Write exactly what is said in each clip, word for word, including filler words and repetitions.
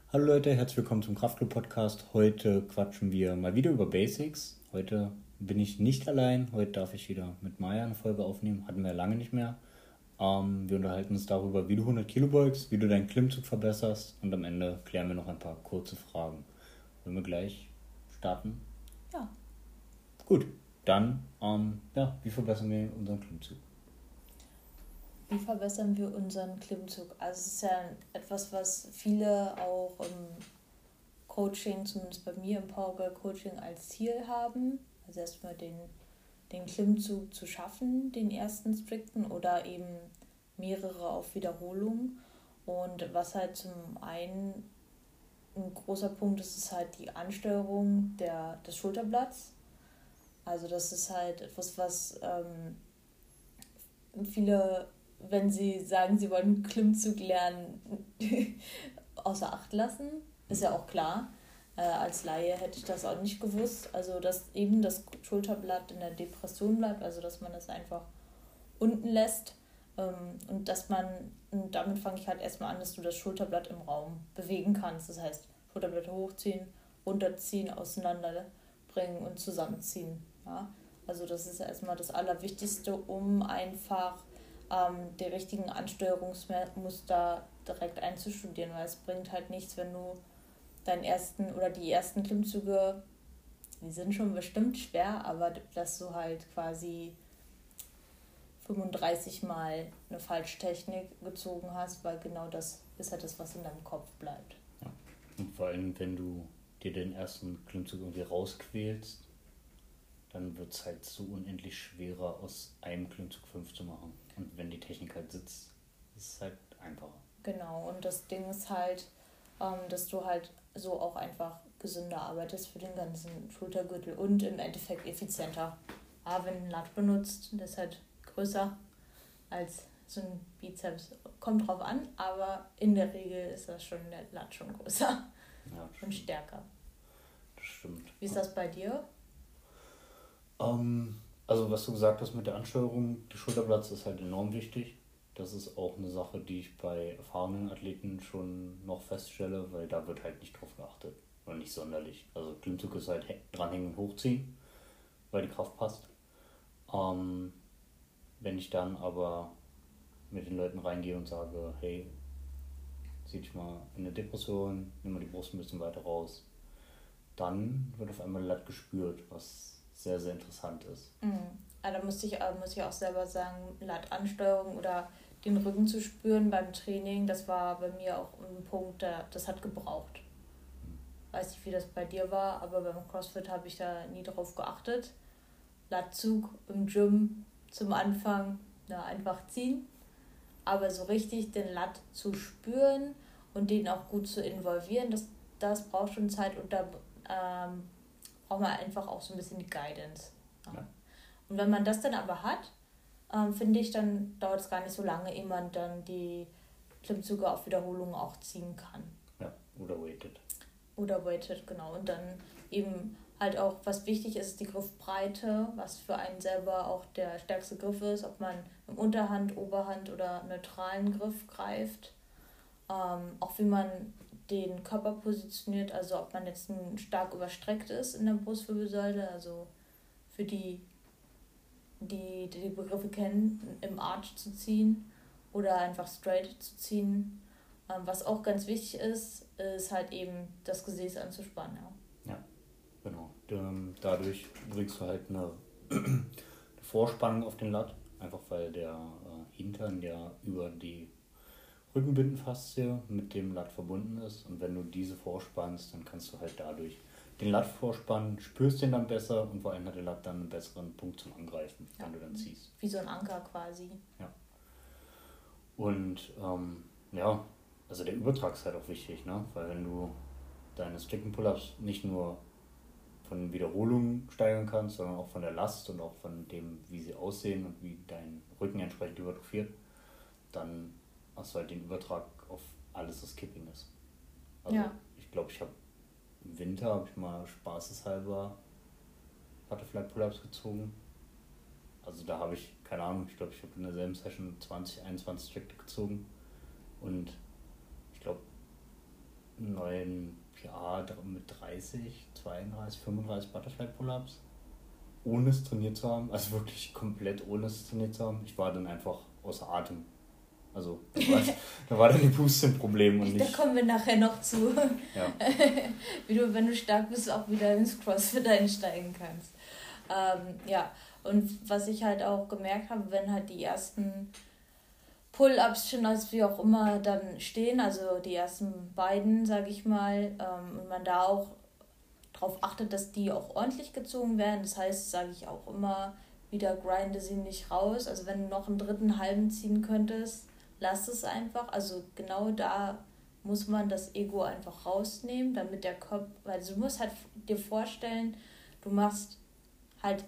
Hallo Leute, herzlich willkommen zum Kraftclub Podcast. Heute quatschen wir mal wieder über Basics. Heute bin ich nicht allein, heute darf ich wieder mit Maya eine Folge aufnehmen, hatten wir lange nicht mehr. Ähm, wir unterhalten uns darüber, wie du hundert Kilo beugst, wie du deinen Klimmzug verbesserst und am Ende klären wir noch ein paar kurze Fragen. Wollen wir gleich starten? Ja. Gut, dann, ähm, ja, wie verbessern wir unseren Klimmzug? Wie verbessern wir unseren Klimmzug? Also es ist ja etwas, was viele auch im Coaching, zumindest bei mir im Powergirl Coaching, als Ziel haben. Also erstmal den, den Klimmzug zu schaffen, den ersten strikten oder eben mehrere auf Wiederholung. Und was halt zum einen ein großer Punkt ist, ist halt die Ansteuerung der, des Schulterblatts. Also das ist halt etwas, was ähm, viele, wenn sie sagen, sie wollen Klimmzug lernen, außer Acht lassen. Ist ja auch klar. Äh, als Laie hätte ich das auch nicht gewusst. Also, dass eben das Schulterblatt in der Depression bleibt, also dass man das einfach unten lässt. Ähm, und dass man, und damit fange ich halt erstmal an, dass du das Schulterblatt im Raum bewegen kannst. Das heißt, Schulterblätter hochziehen, runterziehen, auseinanderbringen und zusammenziehen. Ja? Also das ist erstmal das Allerwichtigste, um einfach ähm, die richtigen Ansteuerungsmuster direkt einzustudieren, weil es bringt halt nichts, wenn du deinen ersten oder die ersten Klimmzüge, die sind schon bestimmt schwer, aber dass du halt quasi fünfunddreißig Mal eine Falschtechnik gezogen hast, weil genau das ist halt das, was in deinem Kopf bleibt. Ja. Und vor allem, wenn du dir den ersten Klimmzug irgendwie rausquälst, dann wird es halt so unendlich schwerer, aus einem Klimmzug fünf zu machen. Und wenn die Technik halt sitzt, ist es halt einfacher. Genau, und das Ding ist halt, ähm, dass du halt so auch einfach gesünder arbeitest für den ganzen Schultergürtel und im Endeffekt effizienter. Aber wenn du einen Lat benutzt, der ist halt größer als so ein Bizeps. Kommt drauf an, aber in der Regel ist das schon der Lat schon größer Ja, und stärker. Das stimmt. Wie ist das bei dir? Um, also was du gesagt hast mit der Ansteuerung, der Schulterblatts ist halt enorm wichtig. Das ist auch eine Sache, die ich bei erfahrenen Athleten schon noch feststelle, weil da wird halt nicht drauf geachtet. Oder nicht sonderlich. Also Klimmzug ist halt dranhängen und hochziehen, weil die Kraft passt. Um, wenn ich dann aber mit den Leuten reingehe und sage, hey, zieh dich mal in eine Depression, nimm mal die Brust ein bisschen weiter raus, dann wird auf einmal Lat gespürt, was sehr, sehr interessant ist. Mhm. Also da muss ich, muss ich auch selber sagen, Lat-Ansteuerung oder den Rücken zu spüren beim Training, das war bei mir auch ein Punkt, der, das hat gebraucht. Weiß nicht, wie das bei dir war, aber beim CrossFit habe ich da nie drauf geachtet. Latzug im Gym zum Anfang, na, einfach ziehen. Aber so richtig den Lat zu spüren und den auch gut zu involvieren, das, das braucht schon Zeit und da ähm, braucht man einfach auch so ein bisschen die Guidance. Ja. Ja. Und wenn man das dann aber hat, ähm, finde ich, dann dauert es gar nicht so lange, ehe man dann die Klimmzüge auf Wiederholung auch ziehen kann. Ja, oder weighted. Oder weighted, genau. Und dann eben halt auch, was wichtig ist, ist die Griffbreite, was für einen selber auch der stärkste Griff ist, ob man im Unterhand, Oberhand oder neutralen Griff greift. Ähm, auch wie man den Körper positioniert, also ob man jetzt stark überstreckt ist in der Brustwirbelsäule, also für die, die die Begriffe kennen, im Arch zu ziehen oder einfach straight zu ziehen. Ähm, was auch ganz wichtig ist, ist halt eben das Gesäß anzuspannen. Ja, ja genau. Dadurch bringst du halt eine, eine Vorspannung auf den Lat, einfach weil der äh, Hintern ja über die Rückenbindenfaszie mit dem Lat verbunden ist und wenn du diese vorspannst, dann kannst du halt dadurch den Lat vorspannen, spürst den dann besser und vor allem hat der Lat dann einen besseren Punkt zum Angreifen, ja, wenn du dann ziehst. Wie so ein Anker quasi. Ja. Und ähm, ja, also der Übertrag ist halt auch wichtig, ne? Weil wenn du deine Stricken Pull-Ups nicht nur von Wiederholungen steigern kannst, sondern auch von der Last und auch von dem, wie sie aussehen und wie dein Rücken entsprechend hypertrophiert, dann hast du halt den Übertrag auf alles, was Kipping ist. Also ja. Ich glaube, ich habe im Winter habe ich mal spaßeshalber Butterfly Pull-Ups gezogen. Also da habe ich, keine Ahnung, ich glaube, ich habe in derselben Session zwanzig, einundzwanzig Strikte gezogen und ich glaube, neuen P R mit dreißig, zweiunddreißig, fünfunddreißig Butterfly Pull-Ups, ohne es trainiert zu haben, also wirklich komplett ohne es trainiert zu haben. Ich war dann einfach außer Atem. Also da war, da war dann die Puste ein Problem und nicht... Da kommen wir nachher noch zu. Ja. Wie du, wenn du stark bist, auch wieder ins CrossFit einsteigen kannst. Ähm, ja, und was ich halt auch gemerkt habe, wenn halt die ersten Pull-Ups schon als wie auch immer dann stehen, also die ersten beiden, sage ich mal, ähm, und man da auch darauf achtet, dass die auch ordentlich gezogen werden. Das heißt, sage ich auch immer, wieder grinde sie nicht raus. Also wenn du noch einen dritten halben ziehen könntest, lass es einfach. Also genau da muss man das Ego einfach rausnehmen, damit der Kopf, weil du musst halt dir vorstellen, du machst halt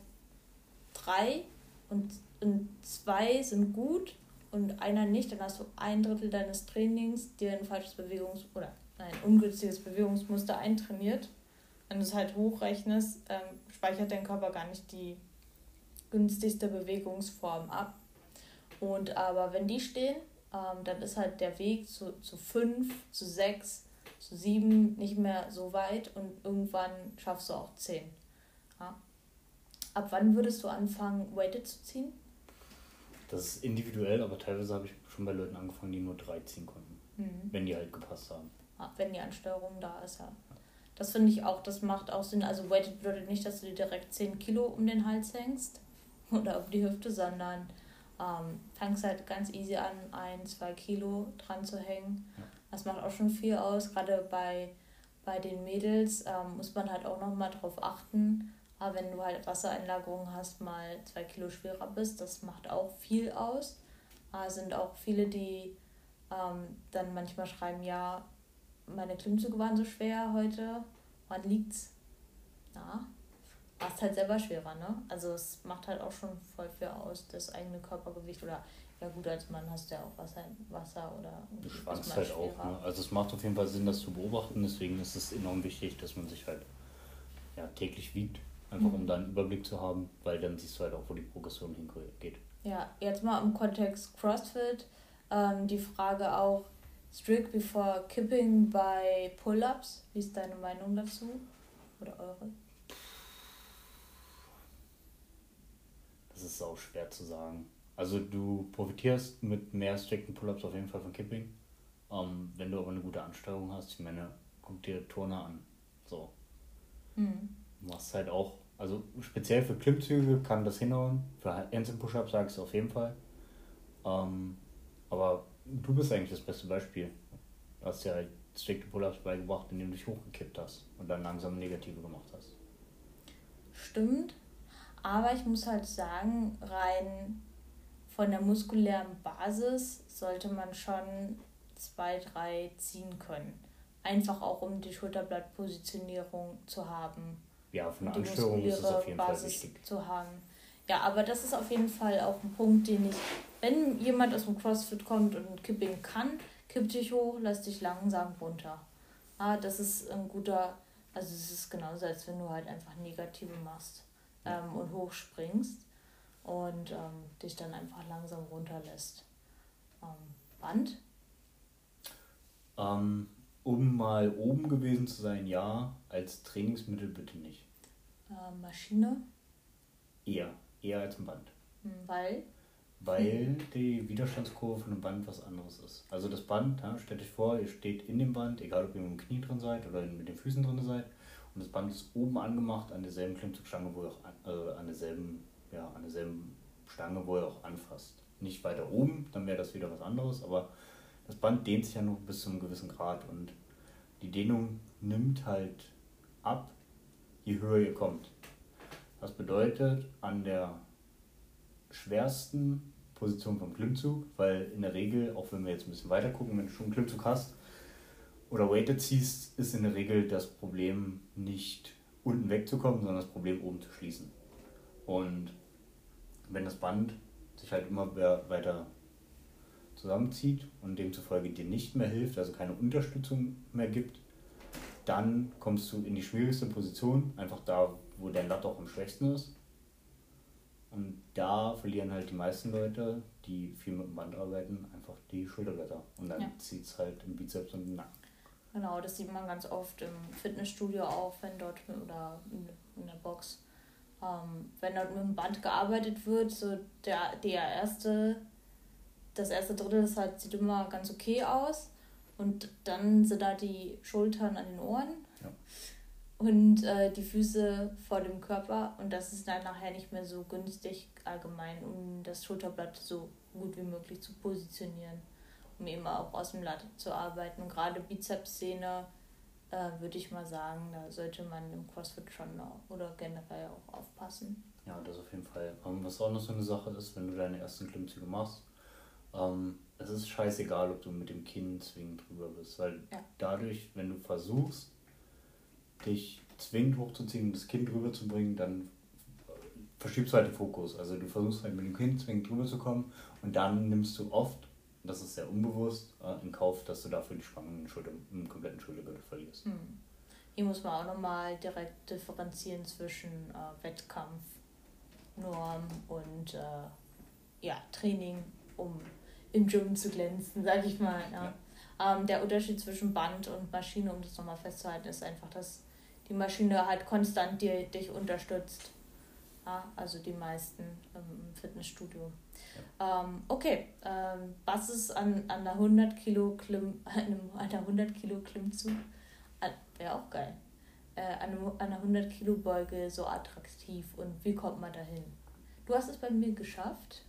drei und, und zwei sind gut und einer nicht, dann hast du ein Drittel deines Trainings dir ein falsches Bewegungs- oder ein ungünstiges Bewegungsmuster eintrainiert. Wenn du es halt hochrechnest, ähm, speichert dein Körper gar nicht die günstigste Bewegungsform ab. Und aber wenn die stehen, ähm, dann ist halt der Weg zu, zu fünf, zu sechs, zu sieben nicht mehr so weit und irgendwann schaffst du auch zehn. Ja. Ab wann würdest du anfangen, Weighted zu ziehen? Das ist individuell, aber teilweise habe ich schon bei Leuten angefangen, die nur drei ziehen konnten. Mhm. Wenn die halt gepasst haben. Ja, wenn die Ansteuerung da ist, ja. Das finde ich auch, das macht auch Sinn. Also Weighted bedeutet nicht, dass du dir direkt zehn Kilo um den Hals hängst oder auf die Hüfte, sondern ähm, fängst halt ganz easy an, ein, zwei Kilo dran zu hängen. Ja. Das macht auch schon viel aus. Gerade bei, bei den Mädels ähm, muss man halt auch nochmal drauf achten. Aber wenn du halt Wassereinlagerung hast, mal zwei Kilo schwerer bist, das macht auch viel aus. Aber es sind auch viele, die ähm, dann manchmal schreiben, ja, meine Klimmzüge waren so schwer heute. Wann liegt's? Na, warst halt selber schwerer, ne? Also es macht halt auch schon voll viel aus, das eigene Körpergewicht. Oder ja gut, als Mann hast du ja auch Wasser, Wasser oder... Das schwankt halt schwerer. Auch, ne? Also es macht auf jeden Fall Sinn, das zu beobachten. Deswegen ist es enorm wichtig, dass man sich halt ja, täglich wiegt. Einfach mhm. um da einen Überblick zu haben, weil dann siehst du halt auch, wo die Progression hingeht. Ja, jetzt mal im Kontext CrossFit. Ähm, die Frage auch, strict before kipping bei Pull-Ups. Wie ist deine Meinung dazu? Oder eure? Das ist auch schwer zu sagen. Also du profitierst mit mehr strikten Pull-Ups auf jeden Fall von Kipping. Ähm, wenn du aber eine gute Ansteuerung hast, ich meine, guck dir Turner an. So. Mhm. Du machst halt auch, also speziell für Klimmzüge kann das hinhauen. Für Handstand Push-Ups sagst du auf jeden Fall. Ähm, aber du bist eigentlich das beste Beispiel. Du hast ja halt strikte Pull-Ups beigebracht, indem du dich hochgekippt hast und dann langsam negative gemacht hast. Stimmt, aber ich muss halt sagen, rein von der muskulären Basis sollte man schon zwei, drei ziehen können. Einfach auch, um die Schulterblattpositionierung zu haben. Ja, von der Ansteuerung ist es auf jeden Basis Fall wichtig. Zu haben. Ja, aber das ist auf jeden Fall auch ein Punkt, den ich, wenn jemand aus dem CrossFit kommt und Kipping kann, kipp dich hoch, lass dich langsam runter. Ah, das ist ein guter, also es ist genauso, als wenn du halt einfach Negative machst ähm, und hochspringst und ähm, dich dann einfach langsam runterlässt. Ähm, Band? Ähm, um mal oben gewesen zu sein, ja. Als Trainingsmittel bitte nicht. Äh, Maschine? Eher. Eher als ein Band. Hm, weil? Weil die Widerstandskurve von einem Band was anderes ist. Also das Band, ja, stellt euch vor, ihr steht in dem Band, egal ob ihr mit dem Knie drin seid oder mit den Füßen drin seid. Und das Band ist oben angemacht an derselben Klimmzugstange, wo ihr auch an, äh, an derselben, ja, an derselben Stange, wo ihr auch anfasst. Nicht weiter oben, dann wäre das wieder was anderes, aber das Band dehnt sich ja noch bis zu einem gewissen Grad und die Dehnung nimmt halt ab, je höher ihr kommt. Das bedeutet, an der schwersten Position vom Klimmzug, weil in der Regel, auch wenn wir jetzt ein bisschen weiter gucken, wenn du schon einen Klimmzug hast oder Weighted ziehst, ist in der Regel das Problem nicht unten wegzukommen, sondern das Problem oben zu schließen. Und wenn das Band sich halt immer weiter zusammenzieht und demzufolge dir nicht mehr hilft, also keine Unterstützung mehr gibt, dann kommst du in die schwierigste Position, einfach da, wo dein Lat auch am schwächsten ist. Und da verlieren halt die meisten Leute, die viel mit dem Band arbeiten, einfach die Schulterblätter. Und dann ja. zieht es halt im Bizeps und im Nacken. Genau, das sieht man ganz oft im Fitnessstudio auch, wenn dort oder in der Box, ähm, wenn dort mit dem Band gearbeitet wird, so der, der erste, das erste Drittel das halt, sieht immer ganz okay aus und dann sind da die Schultern an den Ohren ja. und äh, die Füße vor dem Körper und das ist dann nachher nicht mehr so günstig allgemein, um das Schulterblatt so gut wie möglich zu positionieren, um eben auch aus dem Latte zu arbeiten. Und gerade Bizepsszene äh, würde ich mal sagen, da sollte man im CrossFit schon noch oder generell auch aufpassen. Ja, das auf jeden Fall. Um, was auch noch so eine Sache ist, wenn du deine ersten Klimmzüge machst, ähm, es ist scheißegal, ob du mit dem Kinn zwingend drüber bist, weil ja. dadurch, wenn du versuchst, dich zwingend hochzuziehen und das Kinn drüber zu bringen, dann verschiebst du halt den Fokus. Also du versuchst halt mit dem Kinn zwingend drüber zu kommen und dann nimmst du oft, das ist sehr unbewusst, äh, in Kauf, dass du dafür die Spannung im, Schulter, im kompletten Schultergürtel verlierst. Hm. Hier muss man auch nochmal direkt differenzieren zwischen äh, Wettkampf, Norm und äh, ja, Training, um im Gym zu glänzen, sag ich mal. Ja. Ja. Ähm, der Unterschied zwischen Band und Maschine, um das nochmal festzuhalten, ist einfach, dass die Maschine halt konstant dir, dich unterstützt. Ja, also die meisten im Fitnessstudio. Ja. Ähm, okay, ähm, was ist an, an einer hundert Kilo Klimm, an einer hundert Kilo Klimmzug, wäre auch geil, äh, an einer hundert Kilo Beuge so attraktiv und wie kommt man dahin? Du hast es bei mir geschafft.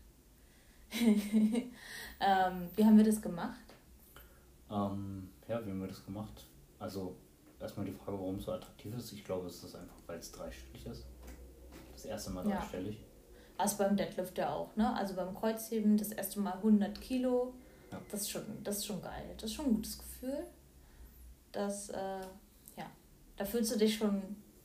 ähm, wie haben wir das gemacht? Ähm, ja, wie haben wir das gemacht? Also erstmal die Frage, warum es so attraktiv ist. Ich glaube, es ist einfach, weil es dreistellig ist. Das erste Mal dreistellig. Ja. Also beim Deadlift ja auch, ne? Also beim Kreuzheben das erste Mal hundert Kilo. Ja. Das ist schon, das ist schon geil. Das ist schon ein gutes Gefühl. Das, äh, ja, da fühlst du dich schon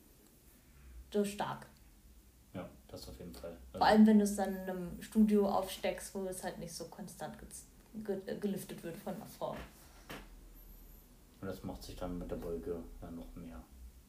so stark. Ja, das auf jeden Fall. Also vor allem, wenn du es dann in einem Studio aufsteckst, wo es halt nicht so konstant ge- ge- geliftet wird von einer Frau. Und das macht sich dann mit der Beuge ja noch mehr.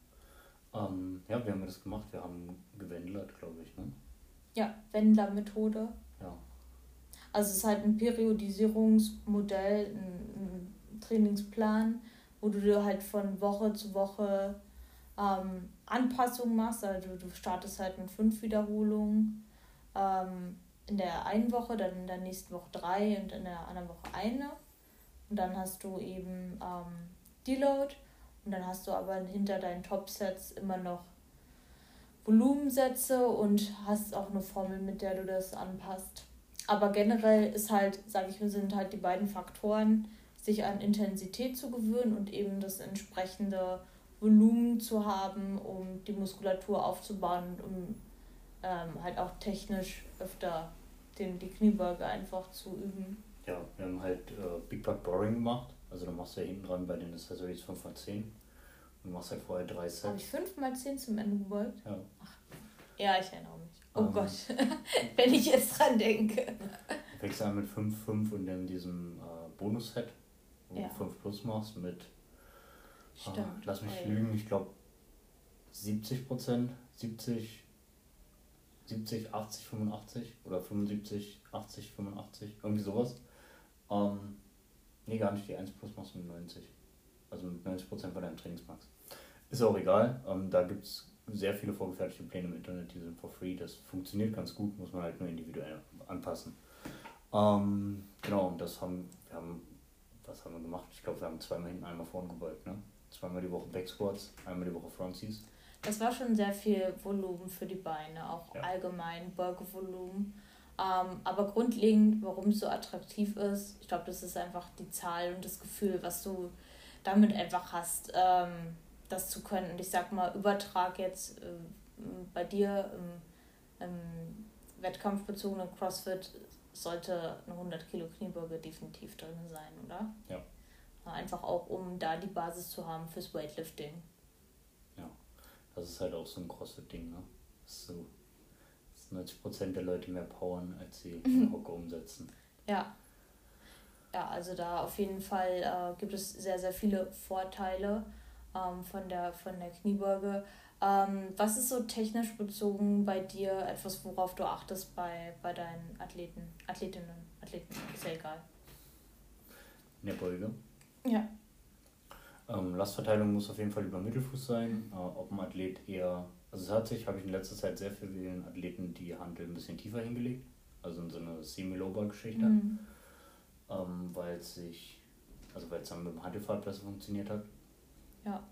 Ähm, ja, wie haben wir das gemacht? Wir haben gewendelt, glaube ich, ne? Ja, Wendler-Methode. Ja. Also es ist halt ein Periodisierungsmodell, ein, ein Trainingsplan, wo du dir halt von Woche zu Woche ähm, Anpassungen machst. Also du startest halt mit fünf Wiederholungen ähm, in der einen Woche, dann in der nächsten Woche drei und in der anderen Woche eine. Und dann hast du eben ähm, Deload und dann hast du aber hinter deinen Top-Sets immer noch Volumensätze und hast auch eine Formel, mit der du das anpasst. Aber generell ist halt, sage ich mal, sind halt die beiden Faktoren, sich an Intensität zu gewöhnen und eben das entsprechende Volumen zu haben, um die Muskulatur aufzubauen und um ähm, halt auch technisch öfter den, die Kniebeuge einfach zu üben. Ja, wir haben halt äh, Big Butt Boring gemacht. Also du machst ja hinten dran bei den Accessories fünf mal zehn. Und du machst halt vorher drei Sets. Habe ich fünf mal zehn zum Ende gebeugt? Ja. Ach, ja, ich erinnere mich. Oh ähm, Gott, wenn ich jetzt dran denke. Du fängst an mit fünf, fünf und dann diesem äh, Bonus-Set, wo ja. du fünf plus machst mit, äh, lass mich oh, lügen, ich glaube siebzig Prozent, siebzig, siebzig, achtzig, fünfundachtzig oder fünfundsiebzig, achtzig, fünfundachtzig, irgendwie sowas. Ähm, nee, gar nicht, die eins plus machst du mit neunzig. Also mit neunzig Prozent bei deinem Trainingsmax. Ist auch egal, ähm, da gibt es sehr viele vorgefertigte Pläne im Internet, die sind for free, das funktioniert ganz gut, muss man halt nur individuell anpassen. Ähm, genau, und das haben wir, haben, was haben wir gemacht? Ich glaube, wir haben zweimal hinten, einmal vorne gebeugt, ne? Zweimal die Woche Backsquats, einmal die Woche Frontsies. Das war schon sehr viel Volumen für die Beine, auch ja. allgemein Beugevolumen. Ähm, aber grundlegend, warum es so attraktiv ist, ich glaube, das ist einfach die Zahl und das Gefühl, was du damit einfach hast, ähm, das zu können. Und ich sag mal, Übertrag jetzt äh, bei dir im, im wettkampfbezogenen CrossFit sollte eine hundert Kilo Kniebeuge definitiv drin sein, oder? Ja. Einfach auch, um da die Basis zu haben fürs Weightlifting. Ja, das ist halt auch so ein CrossFit-Ding, ne? Das ist so, dass neunzig Prozent der Leute mehr powern, als sie in Hocke umsetzen. Ja. Ja, also da auf jeden Fall äh, gibt es sehr, sehr viele Vorteile ähm, von der, von der Kniebeuge. Ähm, was ist so technisch bezogen bei dir etwas, worauf du achtest bei, bei deinen Athleten, Athletinnen, Athleten? Ist ja egal. In der Beuge? Ja. Ähm, Lastverteilung muss auf jeden Fall über Mittelfuß sein. Äh, ob ein Athlet eher, also es hat sich, habe ich in letzter Zeit sehr vielen Athleten die Handel ein bisschen tiefer hingelegt, also in so eine Semi-Low-Bar-Geschichte, Mhm. ähm, weil es sich, also weil es dann mit dem Handelfahrt besser funktioniert hat. Ja.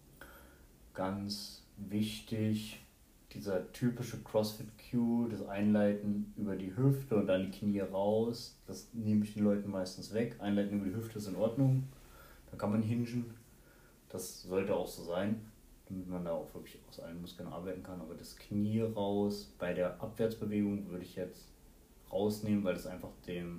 Ganz wichtig, dieser typische CrossFit-Cue, das Einleiten über die Hüfte und dann die Knie raus, das nehme ich den Leuten meistens weg. Einleiten über die Hüfte ist in Ordnung, da kann man hingen. Das sollte auch so sein, damit man da auch wirklich aus allen Muskeln arbeiten kann. Aber das Knie raus bei der Abwärtsbewegung würde ich jetzt rausnehmen, weil es einfach dem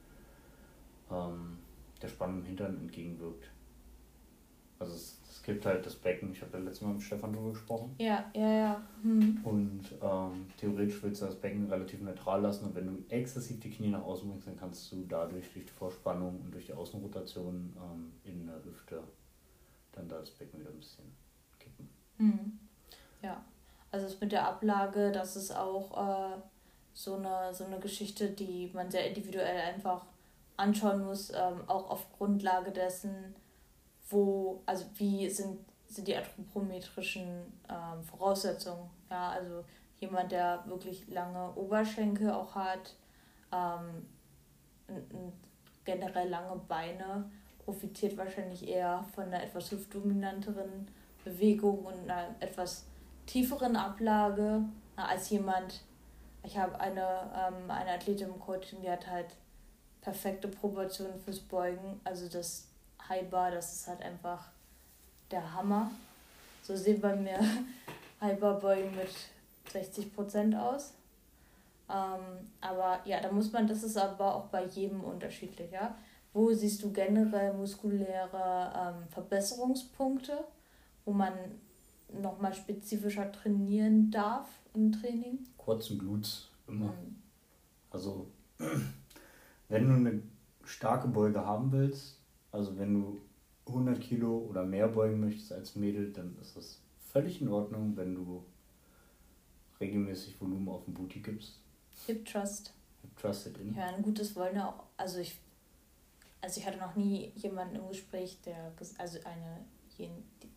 ähm, der Spannung im Hintern entgegenwirkt. Also es, es gibt halt das Becken, ich habe ja letztes Mal mit Stefan drüber gesprochen. Ja, ja, ja. Hm. Und ähm, theoretisch willst du das Becken relativ neutral lassen und wenn du exzessiv die Knie nach außen bringst, dann kannst du dadurch durch die Vorspannung und durch die Außenrotation ähm, in der Hüfte dann da das Becken wieder ein bisschen kippen. Hm. Ja, also es mit der Ablage, das ist auch äh, so, eine, so eine Geschichte, die man sehr individuell einfach anschauen muss, ähm, auch auf Grundlage dessen, wo, also wie sind, sind die anthropometrischen ähm, Voraussetzungen. Ja, also jemand, der wirklich lange Oberschenkel auch hat, ähm, und, und generell lange Beine, profitiert wahrscheinlich eher von einer etwas hüftdominanteren Bewegung und einer etwas tieferen Ablage äh, als jemand. Ich habe eine, ähm, eine Athletin im Coaching, die hat halt perfekte Proportionen fürs Beugen. Also das High Bar, das ist halt einfach der Hammer. So sehen bei mir High Bar Beugen mit sechzig Prozent aus. Ähm, aber ja, da muss man, das ist aber auch bei jedem unterschiedlich, ja. Wo siehst du generell muskuläre ähm, Verbesserungspunkte, wo man nochmal spezifischer trainieren darf im Training? Kurzen Glutes immer. Mhm. Also wenn du eine starke Beuge haben willst, also wenn du hundert Kilo oder mehr beugen möchtest als Mädel, dann ist das völlig in Ordnung, wenn du regelmäßig Volumen auf den Booty gibst. Hip Thrust. Hip Thrusted in. Ja, ein gutes Wollen auch. Also ich, also ich hatte noch nie jemanden im Gespräch, der, also eine, die,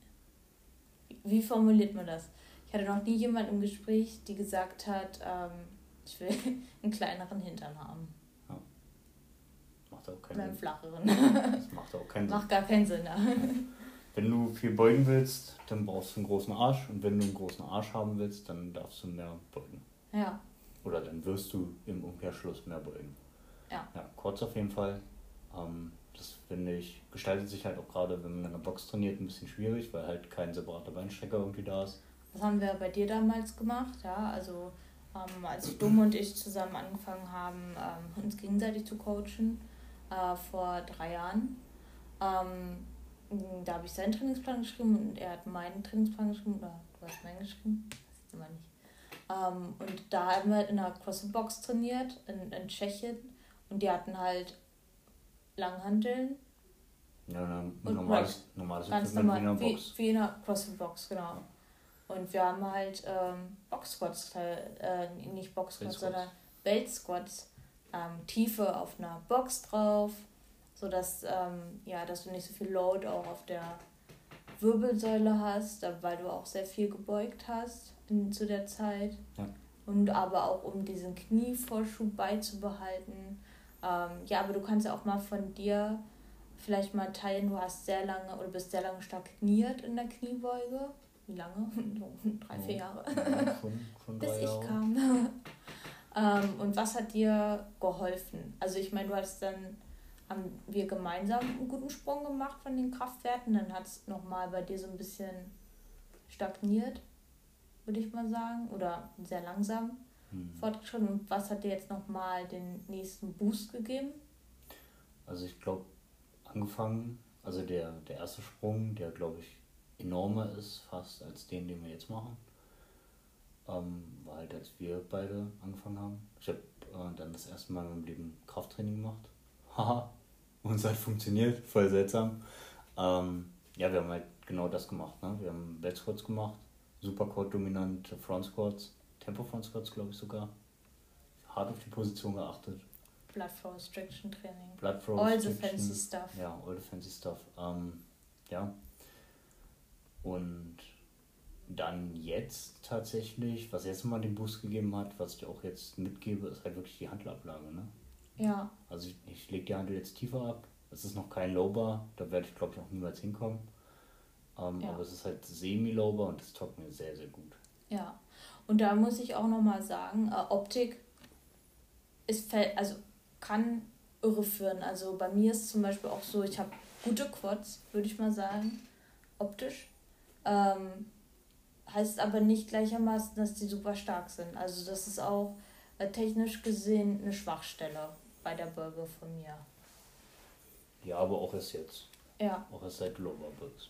wie formuliert man das? Ich hatte noch nie jemanden im Gespräch, die gesagt hat, ähm, ich will einen kleineren Hintern haben. Ja. Macht auch keinen Oder einen Sinn. flacheren. Das macht auch keinen Sinn. Macht gar keinen Sinn, ja. Wenn du viel beugen willst, dann brauchst du einen großen Arsch. Und wenn du einen großen Arsch haben willst, dann darfst du mehr beugen. Ja. Oder dann wirst du im Umkehrschluss mehr beugen. Ja. Ja, kurz auf jeden Fall. Ähm, das finde ich, gestaltet sich halt auch gerade, wenn man in der Box trainiert, ein bisschen schwierig, weil halt kein separater Beinstrecker irgendwie da ist. Das haben wir bei dir damals gemacht, ja. Also ähm, als Dom und ich zusammen angefangen haben, ähm, uns gegenseitig zu coachen, äh, vor drei Jahren. Ähm, da habe ich seinen Trainingsplan geschrieben und er hat meinen Trainingsplan geschrieben, oder du hast meinen geschrieben, das ist immer nicht. Ähm, und da haben wir in einer CrossFit-Box trainiert, in, in Tschechien, und die hatten halt Langhanteln. Ja, ein und normales, normales ganz Equipment normal, wie in einer wie, Box. wie in einer CrossFit-Box, genau. Ja. Und wir haben halt ähm, Box-Squats, äh, nicht Box-Squats, sondern Belt-Squats, ähm, Tiefe auf einer Box drauf, sodass ähm, ja, dass du nicht so viel Load auch auf der Wirbelsäule hast, weil du auch sehr viel gebeugt hast in, zu der Zeit. Ja. Und aber auch um diesen Knievorschub beizubehalten. Ähm, ja, aber du kannst ja auch mal von dir vielleicht mal teilen, du hast sehr lange oder bist sehr lange stagniert in der Kniebeuge. Wie lange? Drei, vier Jahre. Ja, schon, schon Bis drei ich Jahre. kam. ähm, und was hat dir geholfen? Also ich meine, du hast dann, haben wir gemeinsam einen guten Sprung gemacht von den Kraftwerten, dann hat es nochmal bei dir so ein bisschen stagniert, würde ich mal sagen, oder sehr langsam hm. fortgeschritten. Und was hat dir jetzt nochmal den nächsten Boost gegeben? Also ich glaube, angefangen, also der, der erste Sprung, der glaube ich enormer ist fast als den, den wir jetzt machen, ähm, war halt, als wir beide angefangen haben. Ich habe äh, dann das erste Mal in meinem Leben Krafttraining gemacht. Haha, und es hat funktioniert, voll seltsam. Ähm, ja, wir haben halt genau das gemacht. Ne? Wir haben Back Squats gemacht, Superquad dominante Front Squats, Tempo Front Squats glaube ich sogar. Hart auf die Position geachtet. Blood Flow Restriction Training. Blood Flow all Restriction. the fancy stuff. Ja, all the fancy stuff. Ähm, ja. Und dann jetzt tatsächlich, was jetzt nochmal den Boost gegeben hat, was ich dir auch jetzt mitgebe, ist halt wirklich die Handelablage. Ne? Ja. Also ich, ich lege die Handel jetzt tiefer ab. Es ist noch kein Lowbar, da werde ich glaube ich auch niemals hinkommen. Ähm, ja. Aber es ist halt semi-Lowbar und das taugt mir sehr, sehr gut. Ja, und da muss ich auch nochmal sagen, äh, Optik ist, also kann irreführen. Also bei mir ist zum Beispiel auch so, ich habe gute Quads, würde ich mal sagen, optisch. Ähm, heißt aber nicht gleichermaßen, dass die super stark sind. Also das ist auch äh, technisch gesehen eine Schwachstelle bei der Beuge von mir. Ja, aber auch erst jetzt. Ja. Auch erst seit Lower Books.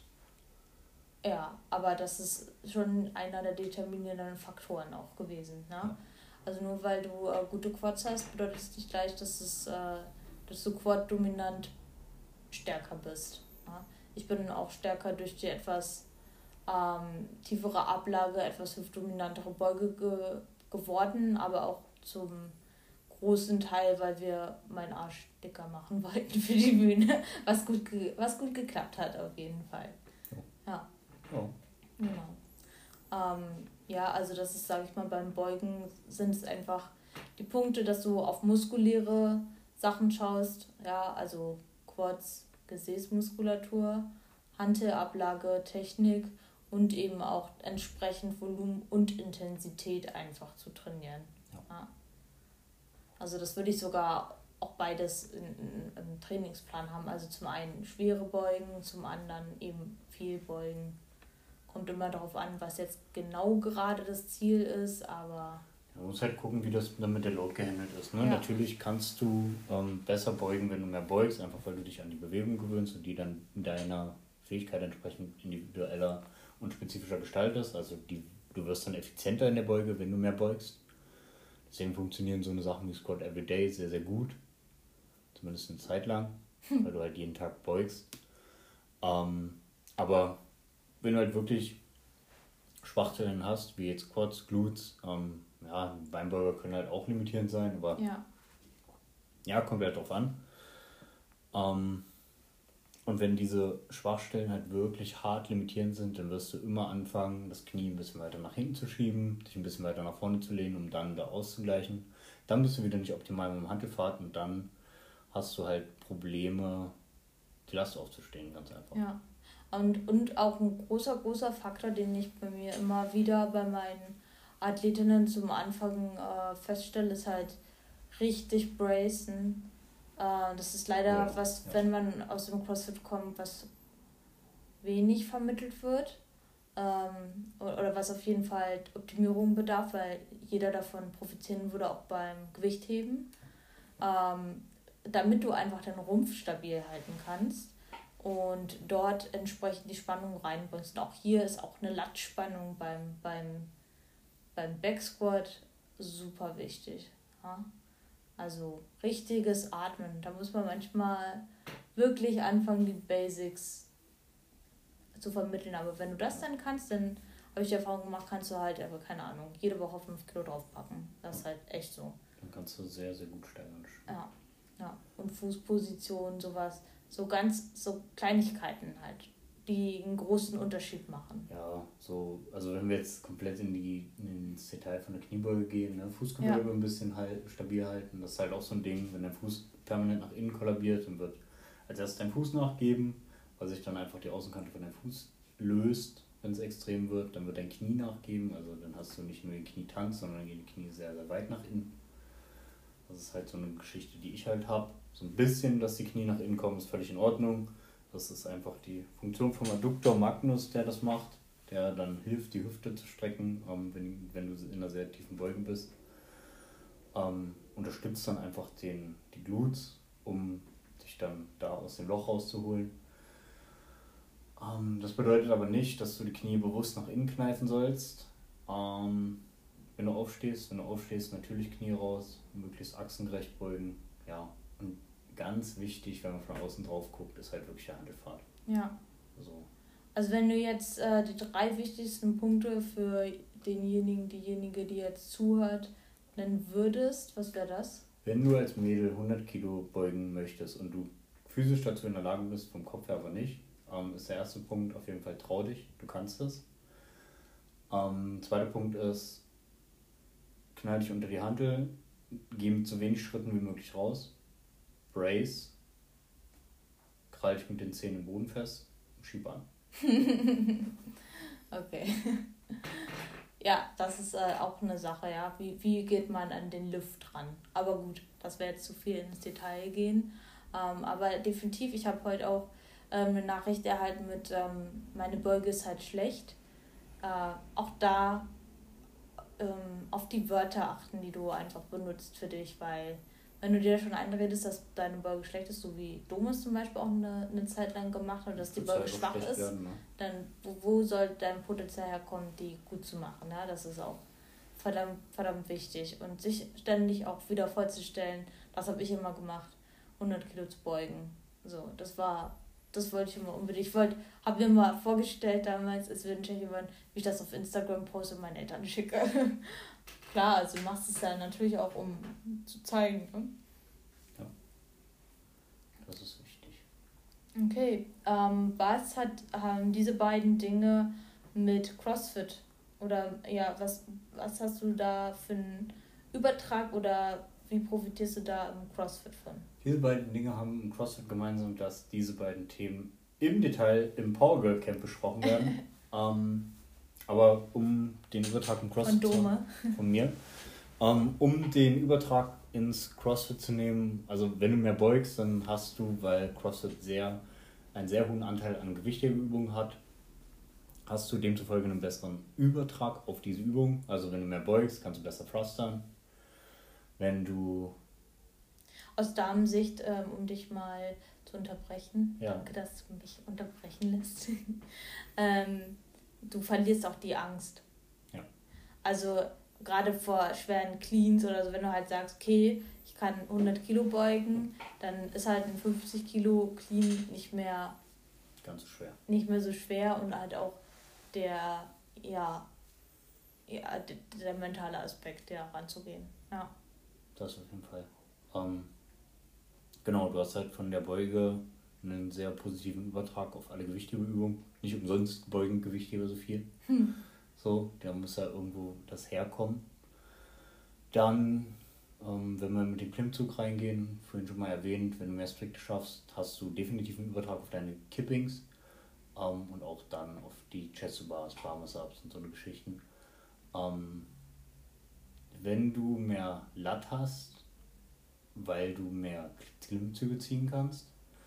Ja, aber das ist schon einer der determinierenden Faktoren auch gewesen. Ne? Ja. Also nur weil du äh, gute Quads hast, bedeutet es nicht gleich, dass, es, äh, dass du Quad-dominant stärker bist. Ja? Ich bin auch stärker durch die etwas ähm, tiefere Ablage, etwas hüftdominantere Beuge ge- geworden, aber auch zum großen Teil, weil wir meinen Arsch dicker machen wollten für die Bühne, was gut, ge- was gut geklappt hat auf jeden Fall. Ja. Ja. Genau. Ähm, ja, also das ist, sage ich mal, beim Beugen sind es einfach die Punkte, dass du auf muskuläre Sachen schaust, ja, also Quads, Gesäßmuskulatur, Hantelablage, Technik und eben auch entsprechend Volumen und Intensität einfach zu trainieren. Ja. Ja. Also das würde ich sogar auch beides in, in, im Trainingsplan haben. Also zum einen schwere Beugen, zum anderen eben viel Beugen. Kommt immer darauf an, was jetzt genau gerade das Ziel ist, aber... Man muss halt gucken, wie das dann mit der Load gehandelt ist. Ne? Ja. Natürlich kannst du ähm, besser beugen, wenn du mehr beugst, einfach weil du dich an die Bewegung gewöhnst und die dann deiner Fähigkeit entsprechend individueller und spezifischer gestaltest. Also die, du wirst dann effizienter in der Beuge, wenn du mehr beugst. Deswegen funktionieren so eine Sachen wie Squat Everyday sehr, sehr gut. Zumindest eine Zeit lang, hm. weil du halt jeden Tag beugst. Ähm, aber wenn du halt wirklich Schwachstellen hast, wie jetzt Quads, Glutes, ähm, ja, Beinbeuger können halt auch limitierend sein, aber ja, ja kommt halt drauf an. Ähm, und wenn diese Schwachstellen halt wirklich hart limitierend sind, dann wirst du immer anfangen, das Knie ein bisschen weiter nach hinten zu schieben, dich ein bisschen weiter nach vorne zu lehnen, um dann da auszugleichen. Dann bist du wieder nicht optimal mit dem Hantelfahrt und dann hast du halt Probleme, die Last aufzustehen, ganz einfach. Ja. Und, und auch ein großer, großer Faktor, den ich bei mir immer wieder bei meinen Athletinnen zum Anfang äh, feststelle, ist halt richtig bracen. Äh, das ist leider ja, was, ja. wenn man aus dem CrossFit kommt, was wenig vermittelt wird. Ähm, oder was auf jeden Fall Optimierung bedarf, weil jeder davon profitieren würde, auch beim Gewichtheben. Ähm, damit du einfach deinen Rumpf stabil halten kannst und dort entsprechend die Spannung reinbringst. Und auch hier ist auch eine Lattspannung beim, beim, beim Backsquat super wichtig. Ja? Also richtiges Atmen. Da muss man manchmal wirklich anfangen, die Basics zu vermitteln. Aber wenn du das dann kannst, dann habe ich die Erfahrung gemacht, kannst du halt, aber keine Ahnung, jede Woche fünf Kilo draufpacken. Das ist halt echt so. Dann kannst du sehr, sehr gut steigern. Ja, ja. Und Fußposition, sowas. So ganz, so Kleinigkeiten halt, die einen großen Unterschied machen. Ja, so, also wenn wir jetzt komplett in die, ins Detail von der Kniebeuge gehen, ne, Fußgewölbe ja. ein bisschen halt, stabil halten, das ist halt auch so ein Ding, wenn dein Fuß permanent nach innen kollabiert, dann wird als erstes dein Fuß nachgeben, weil sich dann einfach die Außenkante von deinem Fuß löst, wenn es extrem wird, dann wird dein Knie nachgeben, also dann hast du nicht nur den Knietanz, sondern dann gehen die Knie sehr, sehr weit nach innen. Das ist halt so eine Geschichte, die ich halt habe. So ein bisschen, dass die Knie nach innen kommen, ist völlig in Ordnung. Das ist einfach die Funktion vom Adductor Magnus, der das macht, der dann hilft, die Hüfte zu strecken, ähm, wenn, wenn du in einer sehr tiefen Beuge bist. Ähm, unterstützt dann einfach den, die Glutes, um dich dann da aus dem Loch rauszuholen. Ähm, das bedeutet aber nicht, dass du die Knie bewusst nach innen kneifen sollst. Ähm, wenn du aufstehst, wenn du aufstehst, natürlich Knie raus, möglichst achsengerecht beugen. Ja, und ganz wichtig, wenn man von außen drauf guckt, ist halt wirklich der Hantelfahrt. Ja. So. Also wenn du jetzt äh, die drei wichtigsten Punkte für denjenigen, diejenige, die jetzt zuhört, nennen würdest, was wäre das? Wenn du als Mädel hundert Kilo beugen möchtest und du physisch dazu in der Lage bist, vom Kopf her aber nicht, ähm, ist der erste Punkt auf jeden Fall, trau dich, du kannst es. Ähm, zweiter Punkt ist, knall dich unter die Hantel, geh mit so wenig Schritten wie möglich raus, brace, krall dich mit den Zähnen im Boden fest und schieb an. Okay. Ja, das ist äh, auch eine Sache, ja. Wie, wie geht man an den Lift ran? Aber gut, das wäre jetzt zu viel ins Detail gehen. Ähm, aber definitiv, ich habe heute auch ähm, eine Nachricht erhalten mit, ähm, meine Beuge ist halt schlecht. Äh, auch da ähm, auf die Wörter achten, die du einfach benutzt für dich, weil wenn du dir schon einredest, dass deine Beuge schlecht ist, so wie Domus zum Beispiel auch eine, eine Zeit lang gemacht hat, dass die Beuge halt schwach ist, werden, ne? Dann wo, wo soll dein Potenzial herkommen, die gut zu machen? Ja? Das ist auch verdammt, verdammt wichtig. Und sich ständig auch wieder vorzustellen, das habe ich immer gemacht, hundert Kilo zu beugen. So, das war, das wollte ich immer unbedingt. Ich wollte, habe mir mal vorgestellt damals, als würde ich jemand, wie ich das auf Instagram poste und meinen Eltern schicke. Klar, also du machst es ja natürlich auch, um zu zeigen. Ne? Ja, das ist wichtig. Okay, ähm, was hat ähm, diese beiden Dinge mit CrossFit oder ja, was, was hast du da für einen Übertrag oder wie profitierst du da im CrossFit von? Diese beiden Dinge haben im CrossFit gemeinsam, dass diese beiden Themen im Detail im Power Girl Camp besprochen werden. ähm, Aber um den Übertrag im CrossFit von, Dome. Zu, von mir, ähm, um den Übertrag ins CrossFit zu nehmen, also wenn du mehr beugst, dann hast du, weil CrossFit sehr, einen sehr hohen Anteil an Gewichthebeübungen hat, hast du demzufolge einen besseren Übertrag auf diese Übung. Also wenn du mehr beugst, kannst du besser thrustern. Wenn du... Aus Damensicht, ähm, um dich mal zu unterbrechen, ja. Danke, dass du mich unterbrechen lässt, ähm, du verlierst auch die Angst. Ja. Also gerade vor schweren Cleans oder so, wenn du halt sagst, okay, ich kann hundert Kilo beugen, dann ist halt ein fünfzig Kilo Clean nicht mehr ganz so schwer. Nicht mehr so schwer und halt auch der, ja, ja der, der mentale Aspekt, ja, ranzugehen. Ja. Das auf jeden Fall. Ähm, genau, du hast halt von der Beuge einen sehr positiven Übertrag auf alle Gewichthebeübungen. Nicht umsonst beugen Gewichtheber so viel. Hm. So, da muss ja irgendwo das herkommen. Dann, ähm, wenn wir mit dem Klimmzug reingehen, vorhin schon mal erwähnt, wenn du mehr Strikte schaffst, hast du definitiv einen Übertrag auf deine Kippings ähm, und auch dann auf die Chest-to-Bars, Bar-Muscle-Ups und so eine Geschichten. Ähm, wenn du mehr Lat hast, weil du mehr Klimmzüge ziehen kannst,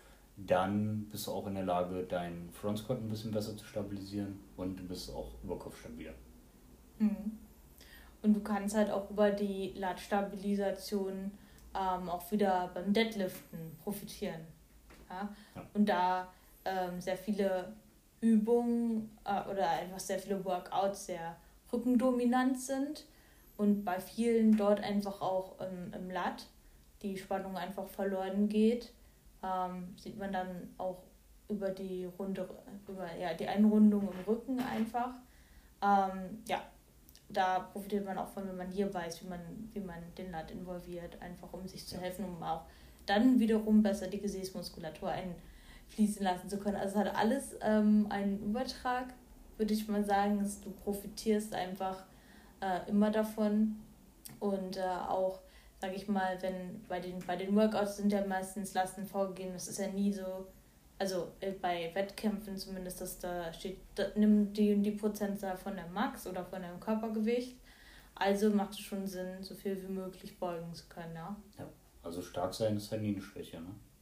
dann bist du auch in der Lage, deinen Front Squat ein bisschen besser zu stabilisieren und du bist auch überkopfstabiler. Mhm. Und du kannst halt auch über die Lat-Stabilisation ähm, auch wieder beim Deadliften profitieren. Ja? Ja. Und da ähm, sehr viele Übungen äh, oder einfach sehr viele Workouts sehr rückendominant sind und bei vielen dort einfach auch ähm, im Lat die Spannung einfach verloren geht, ähm, sieht man dann auch über die Runde, über ja, die Einrundung im Rücken einfach. Ähm, ja, da profitiert man auch von, wenn man hier weiß, wie man, wie man den Lat involviert, einfach um sich zu helfen, um auch dann wiederum besser die Gesäßmuskulatur einfließen lassen zu können. Also es hat alles ähm, einen Übertrag, würde ich mal sagen, dass du profitierst einfach äh, immer davon und äh, auch, sage ich mal, wenn bei den, bei den Workouts sind ja meistens Lasten vorgegeben, das ist ja nie so, also äh, bei Wettkämpfen zumindest, dass da steht, da, nimm die und die Prozentzahl von der Max oder von deinem Körpergewicht, also macht es schon Sinn, so viel wie möglich beugen zu können, ja. Ja, also stark sein ist halt nie eine Schwäche,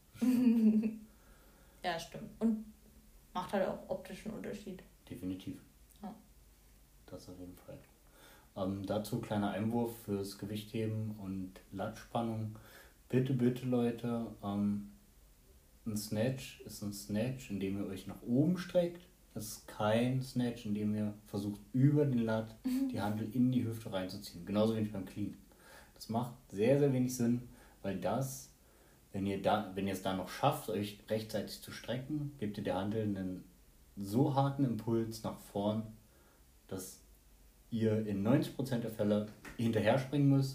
ne? Ja, stimmt. Und macht halt auch optischen Unterschied. Definitiv. Ja. Das auf jeden Fall. Ähm, dazu kleiner Einwurf fürs Gewichtheben und Latspannung. Bitte, bitte Leute, ähm, ein Snatch ist ein Snatch, in dem ihr euch nach oben streckt. Das ist kein Snatch, in dem ihr versucht, über den Lat die Handel in die Hüfte reinzuziehen. Genauso wenig beim Clean. Das macht sehr, sehr wenig Sinn, weil das, wenn ihr, da, wenn ihr es da noch schafft, euch rechtzeitig zu strecken, gebt ihr der Handel einen so harten Impuls nach vorn, dass ihr in neunzig Prozent der Fälle hinterher springen müsst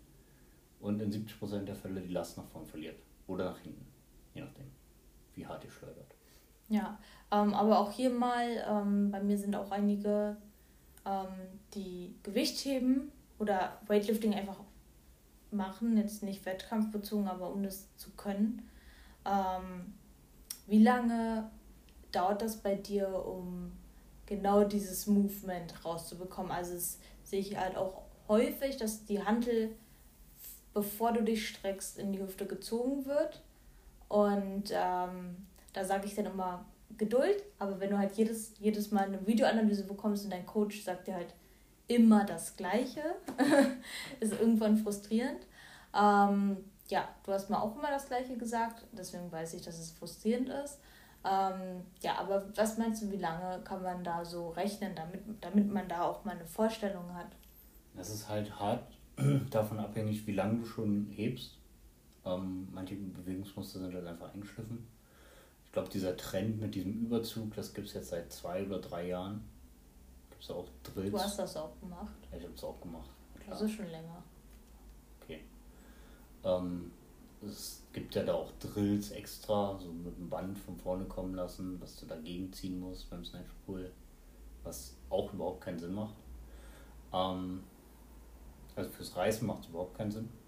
und in siebzig Prozent der Fälle die Last nach vorn verliert. Oder nach hinten. Je nachdem, wie hart ihr schleudert. Ja, Ähm, aber auch hier mal, ähm, bei mir sind auch einige, ähm, die Gewicht heben oder Weightlifting einfach machen, jetzt nicht wettkampfbezogen, aber um das zu können. Ähm, wie lange dauert das bei dir, um genau dieses Movement rauszubekommen? Also es sehe ich halt auch häufig, dass die Hantel, bevor du dich streckst, in die Hüfte gezogen wird. Und ähm, da sage ich dann immer Geduld, aber wenn du halt jedes, jedes Mal eine Videoanalyse bekommst und dein Coach sagt dir halt immer das Gleiche, ist irgendwann frustrierend. Ähm, ja, du hast mir auch immer das Gleiche gesagt, deswegen weiß ich, dass es frustrierend ist. Ähm, ja, aber was meinst du, wie lange kann man da so rechnen, damit, damit man da auch mal eine Vorstellung hat? Es ist halt hart davon abhängig, wie lange du schon hebst. Ähm, manche Bewegungsmuster sind halt einfach eingeschliffen. Ich glaube, dieser Trend mit diesem Überzug, das gibt es jetzt seit zwei oder drei Jahren. Gibt es auch Drills. Du hast das auch gemacht? Ja, ich habe es auch gemacht. Klar. Also schon länger. Okay. Ähm, es gibt ja da auch Drills extra, so mit dem Band von vorne kommen lassen, was du dagegen ziehen musst beim Snatch Pull, was auch überhaupt keinen Sinn macht. Ähm, also fürs Reißen macht es überhaupt keinen Sinn.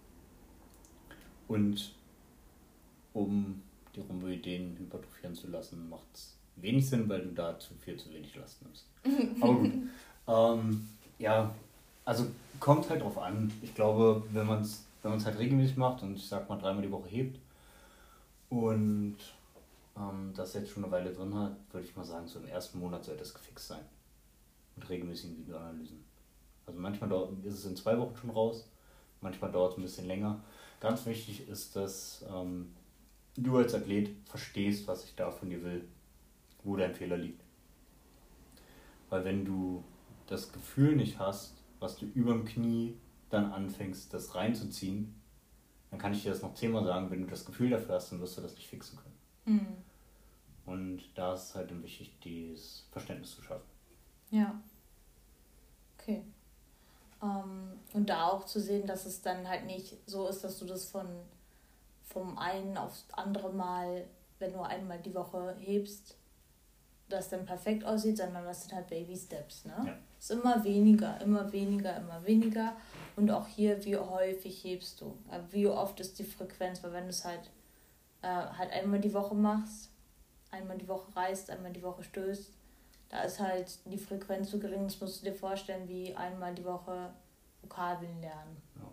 Und um die Rhomboideen hypertrophieren zu lassen, macht es wenig Sinn, weil du da zu viel zu wenig Last nimmst. Aber gut. Ähm, ja, also kommt halt drauf an. Ich glaube, wenn man es wenn man es halt regelmäßig macht und ich sag mal dreimal die Woche hebt und ähm, das jetzt schon eine Weile drin hat, würde ich mal sagen, so im ersten Monat sollte es gefixt sein. Mit regelmäßigen Videoanalysen. Also manchmal dauert, ist es in zwei Wochen schon raus, manchmal dauert es ein bisschen länger. Ganz wichtig ist, dass ähm, du als Athlet verstehst, was ich da von dir will, wo dein Fehler liegt. Weil wenn du das Gefühl nicht hast, was du über dem Knie dann anfängst, das reinzuziehen, dann kann ich dir das noch zehnmal sagen, wenn du das Gefühl dafür hast, dann wirst du das nicht fixen können. Mhm. Und da ist es halt dann wichtig, dieses Verständnis zu schaffen. Ja. Okay. Ähm, und da auch zu sehen, dass es dann halt nicht so ist, dass du das von vom einen aufs andere Mal, wenn du einmal die Woche hebst, das dann perfekt aussieht, sondern das sind halt Baby Steps, ne? Ja. Es ist immer weniger, immer weniger, immer weniger. Und auch hier, wie häufig hebst du? Wie oft ist die Frequenz? Weil wenn du es halt, äh, halt einmal die Woche machst, einmal die Woche reißt, einmal die Woche stößt, da ist halt die Frequenz so gering, das musst du dir vorstellen, wie einmal die Woche Vokabeln lernen. Ja.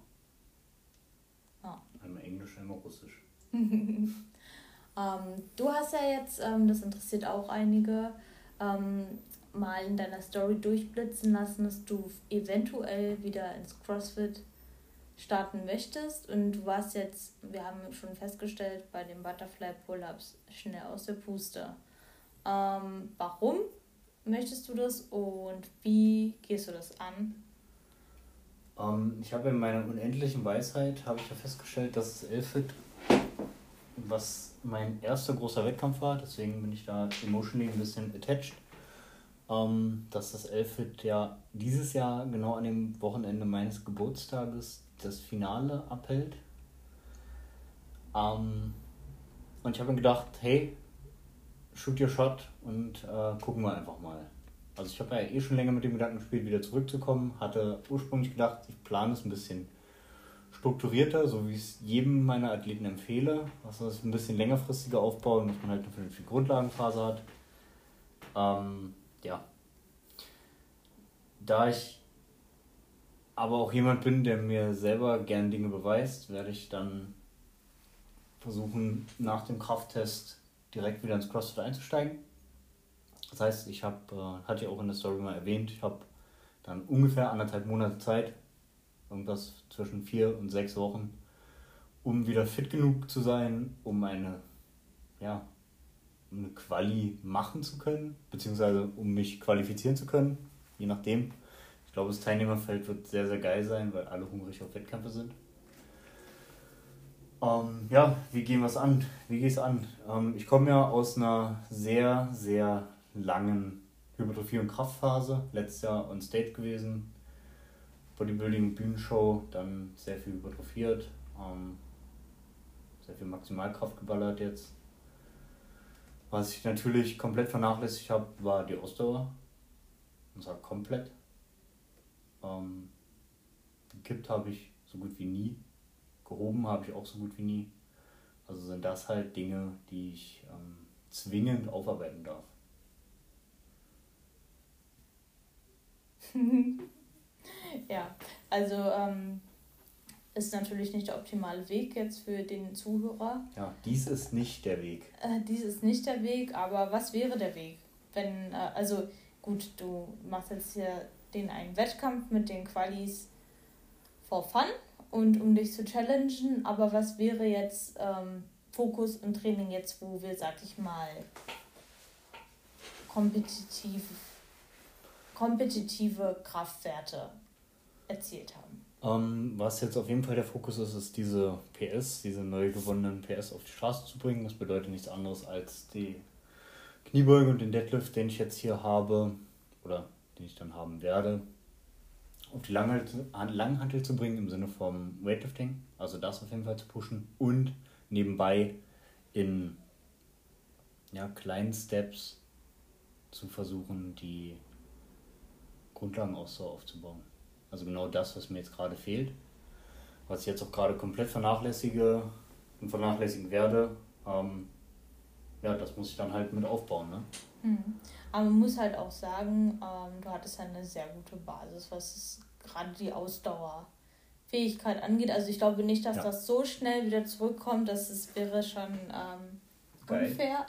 Ja. Einmal Englisch, einmal Russisch. Ähm, du hast ja jetzt, ähm, das interessiert auch einige, ähm, mal in deiner Story durchblitzen lassen, dass du eventuell wieder ins CrossFit starten möchtest. Und du warst jetzt, wir haben schon festgestellt, bei den Butterfly Pull-Ups schnell aus der Puste. Ähm, warum möchtest du das und wie gehst du das an? Ähm, ich habe in meiner unendlichen Weisheit, habe ich ja festgestellt, dass das L-Fit, was mein erster großer Wettkampf war, deswegen bin ich da emotionally ein bisschen attached, ähm, dass das L-Fit ja dieses Jahr genau an dem Wochenende meines Geburtstages das Finale abhält. Ähm, und ich habe mir gedacht, hey, shoot your shot und äh, gucken wir einfach mal. Also ich habe ja eh schon länger mit dem Gedanken gespielt, wieder zurückzukommen, hatte ursprünglich gedacht, ich plane es ein bisschen strukturierter, so wie ich es jedem meiner Athleten empfehle, also das ein bisschen längerfristiger aufbauen, dass man halt eine vernünftige Grundlagenphase hat. Ähm, ja. Da ich aber auch jemand bin, der mir selber gern Dinge beweist, werde ich dann versuchen, nach dem Krafttest direkt wieder ins CrossFit einzusteigen. Das heißt, ich habe, äh, hatte ich auch in der Story mal erwähnt, ich habe dann ungefähr anderthalb Monate Zeit, irgendwas zwischen vier und sechs Wochen, um wieder fit genug zu sein, um eine, ja, eine Quali machen zu können, beziehungsweise um mich qualifizieren zu können, je nachdem. Ich glaube, das Teilnehmerfeld wird sehr, sehr geil sein, weil alle hungrig auf Wettkämpfe sind. Ähm, ja, wie gehen wir es an? Wie gehe ich es an? Ähm, ich komme ja aus einer sehr, sehr langen Hypertrophie- und Kraftphase. Letztes Jahr on Stage gewesen. Bodybuilding, Bühnenshow, dann sehr viel hypertrophiert. Ähm, sehr viel Maximalkraft geballert jetzt. Was ich natürlich komplett vernachlässigt habe, war die Ausdauer. Und zwar komplett. Ähm, gekippt habe ich so gut wie nie. Gehoben habe ich auch so gut wie nie. Also sind das halt Dinge, die ich ähm, zwingend aufarbeiten darf. Ja, also ähm, ist natürlich nicht der optimale Weg jetzt für den Zuhörer. Ja, dies ist nicht der Weg. Äh, dies ist nicht der Weg, aber was wäre der Weg? Wenn, äh, also gut, du machst jetzt hier den einen Wettkampf mit den Qualis for fun und um dich zu challengen, aber was wäre jetzt ähm, Fokus im Training jetzt, wo wir, sag ich mal, kompetitiv, kompetitive Kraftwerte erzielt haben? Ähm, was jetzt auf jeden Fall der Fokus ist, ist diese P S, diese neu gewonnenen P S auf die Straße zu bringen. Das bedeutet nichts anderes als die Kniebeuge und den Deadlift, den ich jetzt hier habe, oder den ich dann haben werde, auf die Langhantel zu bringen im Sinne vom Weightlifting, also das auf jeden Fall zu pushen und nebenbei in ja, kleinen Steps zu versuchen, die Grundlagenausdauer aufzubauen. Also genau das, was mir jetzt gerade fehlt, was ich jetzt auch gerade komplett vernachlässige und vernachlässigen werde, ähm, ja, das muss ich dann halt mit aufbauen, ne? Mhm. Aber man muss halt auch sagen, ähm, du hattest ja eine sehr gute Basis, was es, gerade die Ausdauerfähigkeit angeht. Also ich glaube nicht, dass ja. das so schnell wieder zurückkommt, dass es wäre schon ähm, unfair.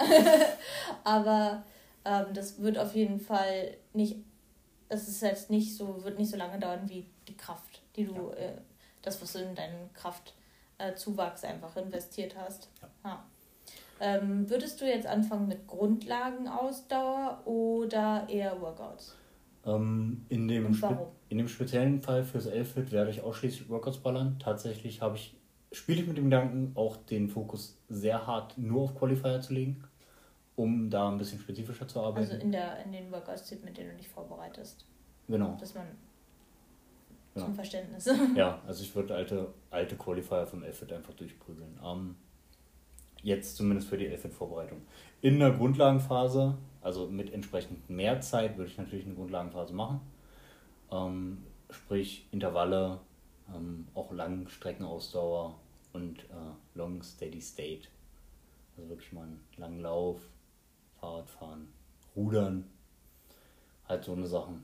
Aber ähm, das wird auf jeden Fall nicht, das ist jetzt nicht so, wird nicht so lange dauern wie die Kraft, die du, ja. äh, das, was du in deinen Kraftzuwachs äh, einfach investiert hast. Ja. Ja. Ähm, würdest du jetzt anfangen mit Grundlagenausdauer oder eher Workouts? Ähm, in, dem Spe- in dem speziellen Fall fürs L-Fit werde ich ausschließlich Workouts ballern. Tatsächlich habe ich, spiele ich mit dem Gedanken, auch den Fokus sehr hart nur auf Qualifier zu legen, um da ein bisschen spezifischer zu arbeiten. Also in, der, in den Workouts, mit denen du dich vorbereitest. Genau. Dass man genau. zum Verständnis. Ja, also ich würde alte, alte Qualifier vom L-Fit einfach durchprügeln. Ähm, Jetzt zumindest für die L-Fit-Vorbereitung. In der Grundlagenphase, also mit entsprechend mehr Zeit, würde ich natürlich eine Grundlagenphase machen. Ähm, sprich Intervalle, ähm, auch Langstreckenausdauer und äh, Long Steady State. Also wirklich mal einen langen Lauf, Fahrradfahren, Rudern, halt so eine Sachen.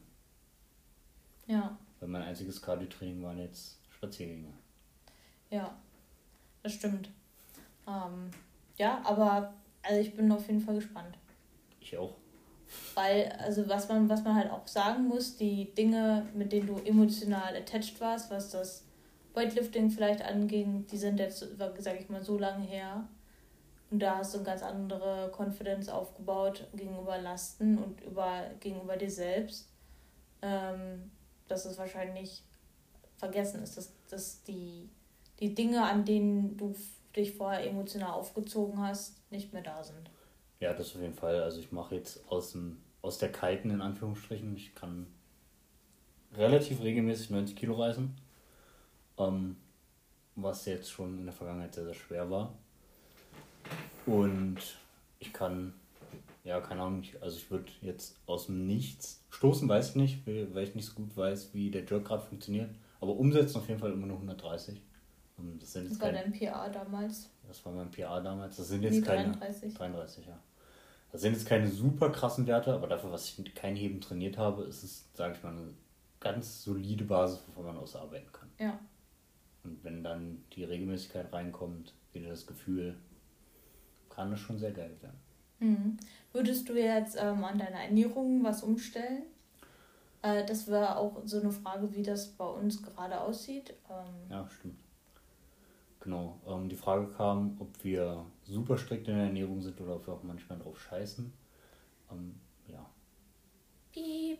Ja. Weil mein einziges Cardio-Training waren jetzt Spaziergänge. Ja, das stimmt. Ähm, ja, aber also ich bin auf jeden Fall gespannt. Ich auch. Weil, also was man, was man halt auch sagen muss, die Dinge, mit denen du emotional attached warst, was das Weightlifting vielleicht anging, die sind jetzt, sag ich mal, so lange her. Und da hast du eine ganz andere Confidence aufgebaut gegenüber Lasten und über, gegenüber dir selbst. Ähm, dass es wahrscheinlich vergessen ist, dass, dass die, die Dinge, an denen du dich vorher emotional aufgezogen hast, nicht mehr da sind. Ja, das auf jeden Fall. Also ich mache jetzt aus, dem, aus der kalten, in Anführungsstrichen, ich kann relativ regelmäßig neunzig Kilo reißen, ähm, was jetzt schon in der Vergangenheit sehr, sehr schwer war. Und ich kann, ja, keine Ahnung, also ich würde jetzt aus dem Nichts, stoßen weiß ich nicht, weil ich nicht so gut weiß, wie der Jerk gerade funktioniert, aber umsetzen auf jeden Fall immer nur hundertdreißig. Das, sind das war keine, dein P A damals? Das war mein P A damals. Das sind jetzt nee, keine. dreiunddreißig. dreiunddreißig, ja. Das sind jetzt keine super krassen Werte, aber dafür, was ich kein Heben trainiert habe, ist es, sage ich mal, eine ganz solide Basis, wovon man aus arbeiten kann. Ja. Und wenn dann die Regelmäßigkeit reinkommt, wieder das Gefühl, kann es schon sehr geil werden. Mhm. Würdest du jetzt ähm, an deiner Ernährung was umstellen? Äh, das war auch so eine Frage, wie das bei uns gerade aussieht. Ähm, ja, stimmt. Genau, ähm, die Frage kam, ob wir super strikt in der Ernährung sind oder ob wir auch manchmal drauf scheißen. Ähm, ja. Piep.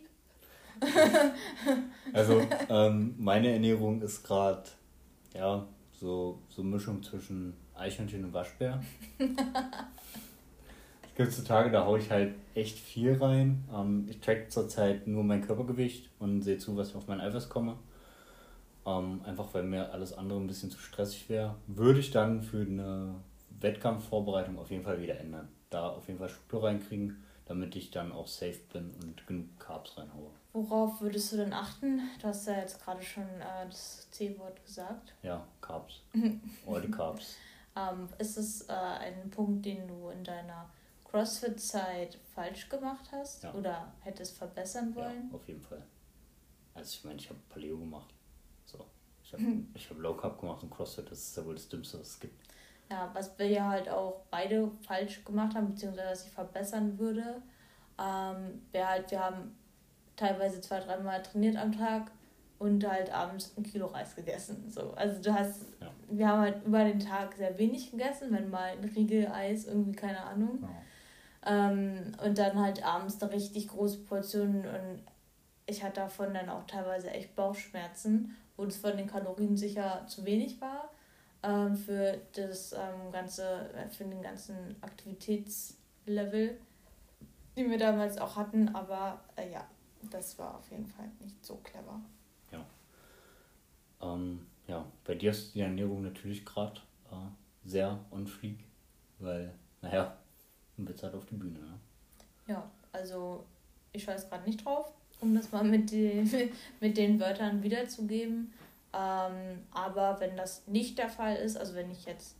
Also, ähm, meine Ernährung ist gerade, ja, so, so Mischung zwischen Eichhörnchen und Waschbär. Es gibt so Tage, da haue ich halt echt viel rein. Ähm, ich track zurzeit nur mein Körpergewicht und sehe zu, was ich auf mein Eiweiß komme. Um, einfach weil mir alles andere ein bisschen zu stressig wäre, würde ich dann für eine Wettkampfvorbereitung auf jeden Fall wieder ändern. da auf jeden Fall Struktur reinkriegen, damit ich dann auch safe bin und genug Carbs reinhaue. Worauf würdest du denn achten? Du hast ja jetzt gerade schon äh, das C-Wort gesagt. Ja, Carbs. All die Carbs. ähm, ist es äh, ein Punkt, den du in deiner CrossFit-Zeit falsch gemacht hast? Ja. Oder hättest verbessern wollen? Ja, auf jeden Fall. Also ich meine, ich habe Paleo gemacht. So. Ich habe ich hab Low Carb gemacht und CrossFit, das ist ja wohl das Dümmste, was es gibt. Ja, was wir ja halt auch beide falsch gemacht haben, beziehungsweise was ich verbessern würde, ähm, wäre halt, wir haben teilweise zwei, dreimal trainiert am Tag und halt abends ein Kilo Reis gegessen. So. Also du hast, ja. wir haben halt über den Tag sehr wenig gegessen, wenn mal ein Riegel, Eis, irgendwie, keine Ahnung. Ja. Ähm, und dann halt abends eine richtig große Portion und ich hatte davon dann auch teilweise echt Bauchschmerzen, wo das von den Kalorien sicher zu wenig war ähm, für das ähm, ganze, für den ganzen Aktivitätslevel, die wir damals auch hatten, aber äh, ja, das war auf jeden Fall nicht so clever. Ja. Ähm, ja, bei dir ist die Ernährung natürlich gerade äh, sehr on fleek, weil, naja, du bist halt auf die Bühne, ne? Ja, also ich scheiß gerade nicht drauf, um das mal mit, die, mit den Wörtern wiederzugeben. Ähm, aber wenn das nicht der Fall ist, also wenn ich jetzt,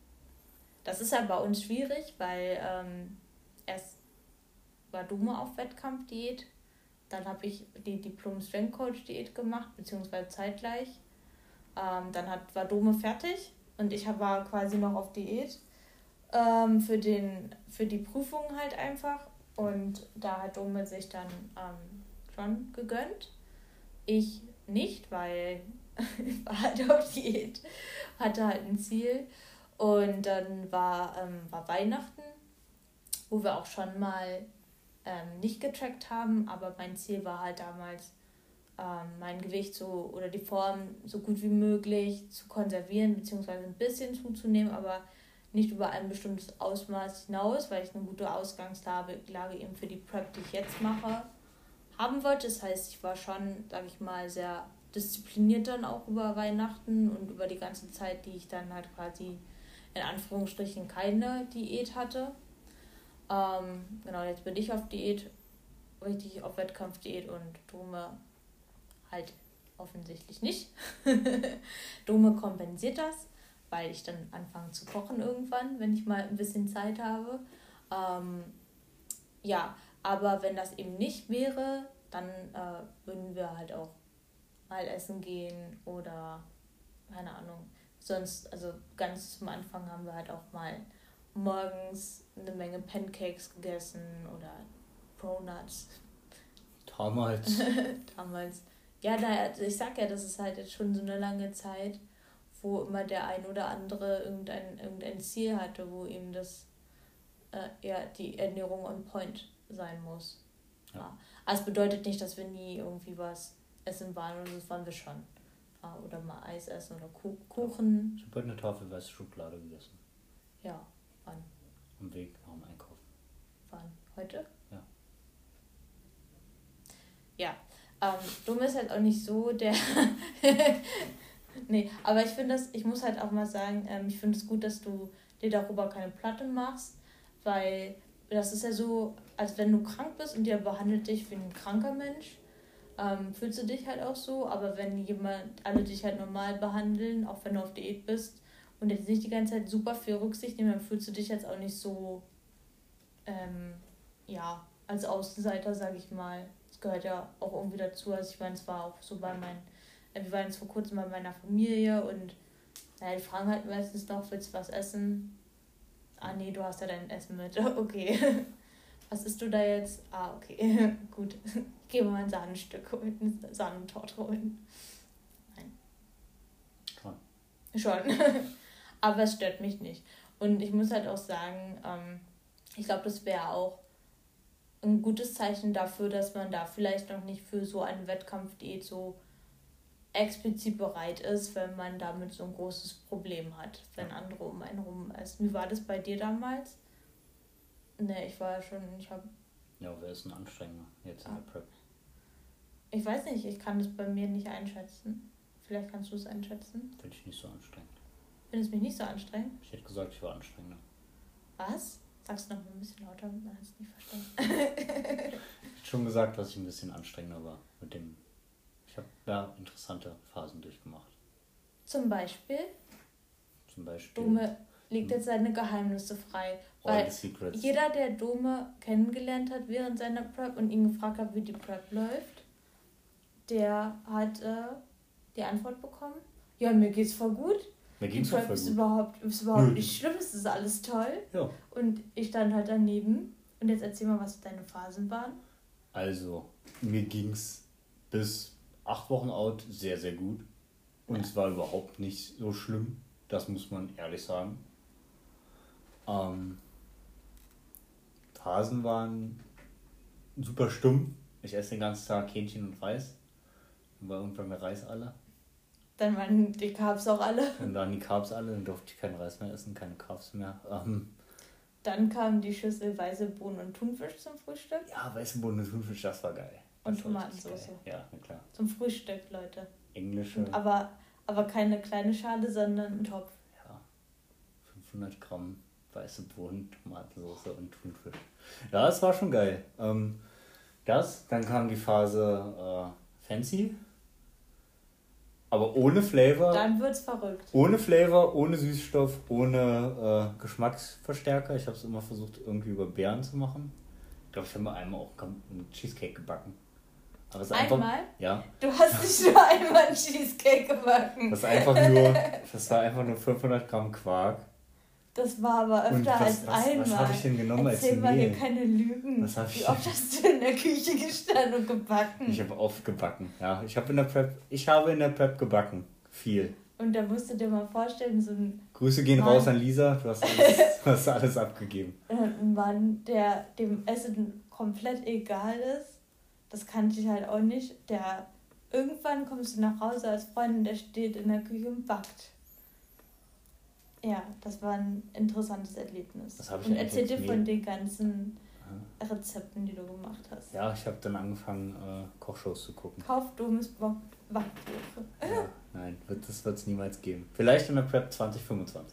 das ist ja bei uns schwierig, weil ähm, erst war Dume auf Wettkampfdiät, dann habe ich die Diplom-Strength-Coach-Diät gemacht, beziehungsweise zeitgleich. Ähm, dann hat, war Dome fertig und ich war quasi noch auf Diät ähm, für, den, für die Prüfung halt einfach. Und da hat Dome sich dann ähm, schon gegönnt. Ich nicht, weil ich war halt auf Diät, hatte halt ein Ziel. Und dann war, ähm, war Weihnachten, wo wir auch schon mal ähm, nicht getrackt haben, aber mein Ziel war halt damals, ähm, mein Gewicht so oder die Form so gut wie möglich zu konservieren, beziehungsweise ein bisschen zuzunehmen, aber nicht über ein bestimmtes Ausmaß hinaus, weil ich eine gute Ausgangslage Lage eben für die Prep, die ich jetzt mache, haben wollte. Das heißt, ich war schon, sage ich mal, sehr diszipliniert dann auch über Weihnachten und über die ganze Zeit, die ich dann halt quasi in Anführungsstrichen keine Diät hatte. Ähm, genau, jetzt bin ich auf Diät, richtig auf Wettkampfdiät und Dome halt offensichtlich nicht. Dome kompensiert das, weil ich dann anfange zu kochen irgendwann, wenn ich mal ein bisschen Zeit habe. Ähm, ja, aber wenn das eben nicht wäre, dann äh, würden wir halt auch mal essen gehen oder keine Ahnung. Sonst, also ganz zum Anfang haben wir halt auch mal morgens eine Menge Pancakes gegessen oder Pro-Nuts. Damals. Damals. Ja, da, ich sag ja, das ist halt jetzt schon so eine lange Zeit, wo immer der ein oder andere irgendein, irgendein Ziel hatte, wo eben das äh, ja, die Ernährung on point sein muss. Ja. Ja. Aber es bedeutet nicht, dass wir nie irgendwie was essen waren, oder das waren wir schon. Oder mal Eis essen oder Kuchen. Ich habe heute eine Tafel weiße Schokolade gegessen. Ja, wann? Am Weg nach dem Einkaufen. Wann? Heute? Ja. Ja, ähm, Dumm ist halt auch nicht so der... nee, aber ich finde das, ich muss halt auch mal sagen, ähm, ich finde es gut, dass du dir darüber keine Platte machst, weil das ist ja so, als wenn du krank bist und der behandelt dich wie ein kranker Mensch, ähm, fühlst du dich halt auch so, aber wenn jemand, alle dich halt normal behandeln, auch wenn du auf Diät bist und jetzt nicht die ganze Zeit super viel Rücksicht nehmen, dann fühlst du dich jetzt auch nicht so, ähm, ja, als Außenseiter, sag ich mal. Das gehört ja auch irgendwie dazu, also ich meine, es war auch so bei meinen, äh, wir waren jetzt vor kurzem bei meiner Familie und naja, die fragen halt meistens noch, willst du was essen? Ah nee, du hast ja dein Essen mit, okay. Was isst du da jetzt? Ah, okay, gut. Ich gehe mal ein Sahnenstück holen, eine Sahnentorte holen. Nein. Schon. Schon. Aber es stört mich nicht. Und ich muss halt auch sagen, ähm, ich glaube, das wäre auch ein gutes Zeichen dafür, dass man da vielleicht noch nicht für so einen Wettkampfdiät so explizit bereit ist, wenn man damit so ein großes Problem hat, wenn andere um einen rum essen. Wie war das bei dir damals? Ne, ich war ja schon, ich habe... Ja, wer ist ein Anstrengender jetzt in ah. der Prep? Ich weiß nicht, ich kann das bei mir nicht einschätzen. Vielleicht kannst du es einschätzen. Finde ich nicht so anstrengend. Findest du mich nicht so anstrengend? Ich hätte gesagt, ich war anstrengender. Was? Sag's noch mal ein bisschen lauter, man hat es nicht verstanden. Ich habe schon gesagt, dass ich ein bisschen anstrengender war mit dem. Ich habe ja interessante Phasen durchgemacht. Zum Beispiel? Zum Beispiel. Dome legt jetzt seine Geheimnisse frei. Weil jeder, der Dome kennengelernt hat während seiner Prep und ihn gefragt hat, wie die Prep läuft, der hat äh, die Antwort bekommen, ja, mir geht's voll gut. Mir ging's voll gut. Ist überhaupt, ist überhaupt nicht schlimm, es ist alles toll. Ja. Und ich stand halt daneben. Und jetzt erzähl mal, was deine Phasen waren. Also, mir ging's bis acht Wochen out sehr, sehr gut. Und ja. Es war überhaupt nicht so schlimm. Das muss man ehrlich sagen. Ähm, Phasen waren super stumm. Ich esse den ganzen Tag Hähnchen und Reis. Dann war irgendwann der Reis alle. Dann waren die Carbs auch alle. Dann waren die Carbs alle, dann durfte ich keinen Reis mehr essen, keine Carbs mehr. Ähm, dann kam die Schüssel weiße Bohnen und Thunfisch zum Frühstück. Ja, weiße Bohnen und Thunfisch, das war geil. Das und Tomatensauce. Ja, na klar. Zum Frühstück, Leute. Englische. Und aber, aber keine kleine Schale, sondern ein Topf. Ja, fünfhundert Gramm weiße Bohnen, Tomatensauce und Thunfisch. Ja, das war schon geil. Ähm, das, dann kam die Phase äh, Fancy. Aber ohne Flavor. Dann wird's verrückt. Ohne Flavor, ohne Süßstoff, ohne äh, Geschmacksverstärker. Ich habe es immer versucht, irgendwie über Beeren zu machen. Ich glaube, ich habe mal einmal auch einen Cheesecake gebacken. Aber es einmal? Einfach, ja. Du hast nicht nur einmal einen Cheesecake gebacken. Das, einfach nur, das war einfach nur fünfhundert Gramm Quark. Das war aber öfter was, als was, einmal. Was habe ich denn genommen Erzähl als Mehl? Erzähl mal hier keine Lügen. Was hab ich Wie oft hast du in der Küche gestanden und gebacken? Ich habe oft gebacken, ja. Ich habe in der Prep, ich habe in der Prep gebacken. Viel. Und da musst du dir mal vorstellen, so ein Grüße gehen Mann, raus an Lisa, du hast alles, du hast alles abgegeben. Ein Mann, der dem Essen komplett egal ist, das kannte ich halt auch nicht. Der irgendwann kommst du nach Hause als Freundin, der steht in der Küche und backt. Ja, das war ein interessantes Erlebnis. Das ich und erzähl dir von den ganzen ja. Rezepten, die du gemacht hast. Ja, ich habe dann angefangen, äh, Kochshows zu gucken. Kauf dummes Backbuch. Ja, nein, das wird es niemals geben. Vielleicht in der Prep zwanzig fünfundzwanzig.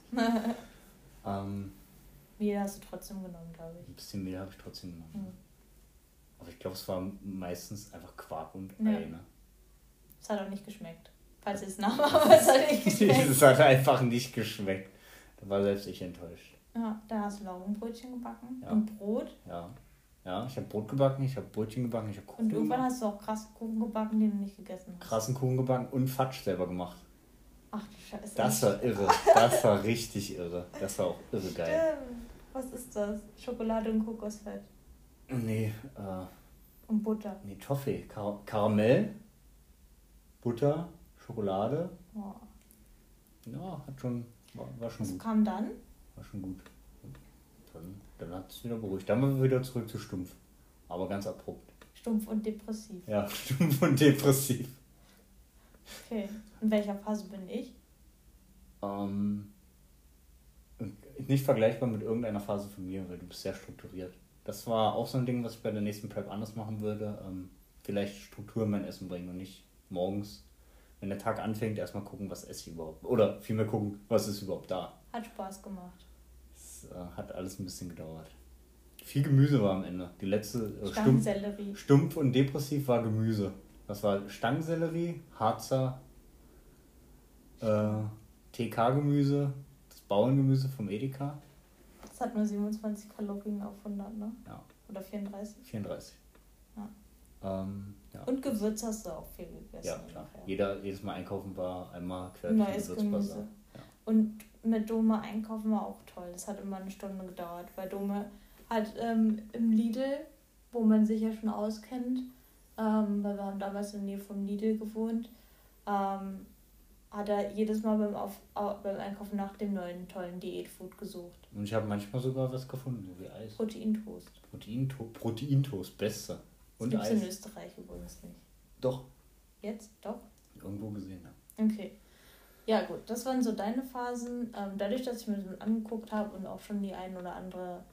ähm, Mehl hast du trotzdem genommen, glaube ich. Ein bisschen Mehl habe ich trotzdem genommen. Mhm. Aber ich glaube, es war meistens einfach Quark und ja. Ei. Ne? Es hat auch nicht geschmeckt. Falls ihr es nachmacht, aber es hat nicht geschmeckt. Es hat einfach nicht geschmeckt. Da war selbst ich enttäuscht. Ja, da hast du Laugenbrötchen gebacken ja. und Brot. Ja, ja, ich habe Brot gebacken, ich habe Brötchen gebacken, ich habe Kuchen Und irgendwann gebacken. Hast du auch krassen Kuchen gebacken, den du nicht gegessen hast. Krassen Kuchen gebacken und Fatsch selber gemacht. Ach du Scheiße. Das war irre. Das war richtig irre. Das war auch irre geil. Stimmt. Was ist das? Schokolade und Kokosfett? Nee, äh... Und Butter? Nee, Toffee. Kar- Karamell, Butter, Schokolade. Oh. Ja, hat schon... War, war schon Was gut. kam dann? War schon gut. Dann, dann hat es wieder beruhigt. Dann waren wir wieder zurück zu stumpf. Aber ganz abrupt. Stumpf und depressiv. Ja, stumpf und depressiv. Okay. In welcher Phase bin ich? Ähm, nicht vergleichbar mit irgendeiner Phase von mir, weil du bist sehr strukturiert. Das war auch so ein Ding, was ich bei der nächsten Prep anders machen würde. Ähm, vielleicht Struktur in mein Essen bringen und nicht morgens, wenn der Tag anfängt, erstmal gucken, was esse ich überhaupt. Oder vielmehr gucken, was ist überhaupt da. Hat Spaß gemacht. Es äh, hat alles ein bisschen gedauert. Viel Gemüse war am Ende. Die letzte äh, Stangensellerie. Stumpf, stumpf und depressiv war Gemüse. Das war Stangensellerie, Harzer, äh, T K-Gemüse, das Bauerngemüse vom Edeka. Das hat nur siebenundzwanzig Kalorien auf hundert, ne? Ja. Oder vierunddreißig? vierunddreißig. Ja. Ähm, ja. Und Gewürz hast du auch viel gegessen. Ja, klar. Jeder, jedes Mal einkaufen war einmal quer durch Neues Gemüse. Ja. Und mit Dome einkaufen war auch toll. Das hat immer eine Stunde gedauert, weil Dome hat ähm, im Lidl, wo man sich ja schon auskennt, ähm, weil wir haben damals in der Nähe vom Lidl gewohnt, ähm, hat er jedes Mal beim, Auf, beim Einkaufen nach dem neuen tollen Diätfood gesucht. Und ich habe manchmal sogar was gefunden, so wie Eis. Proteintoast. Proteinto- Proteintoast, beste. Und das gibt es in Österreich übrigens nicht. Doch. Jetzt? Doch? Irgendwo gesehen, ja. Okay. Ja gut, das waren so deine Phasen. Ähm, dadurch, dass ich mir das angeguckt habe und auch schon die ein oder andere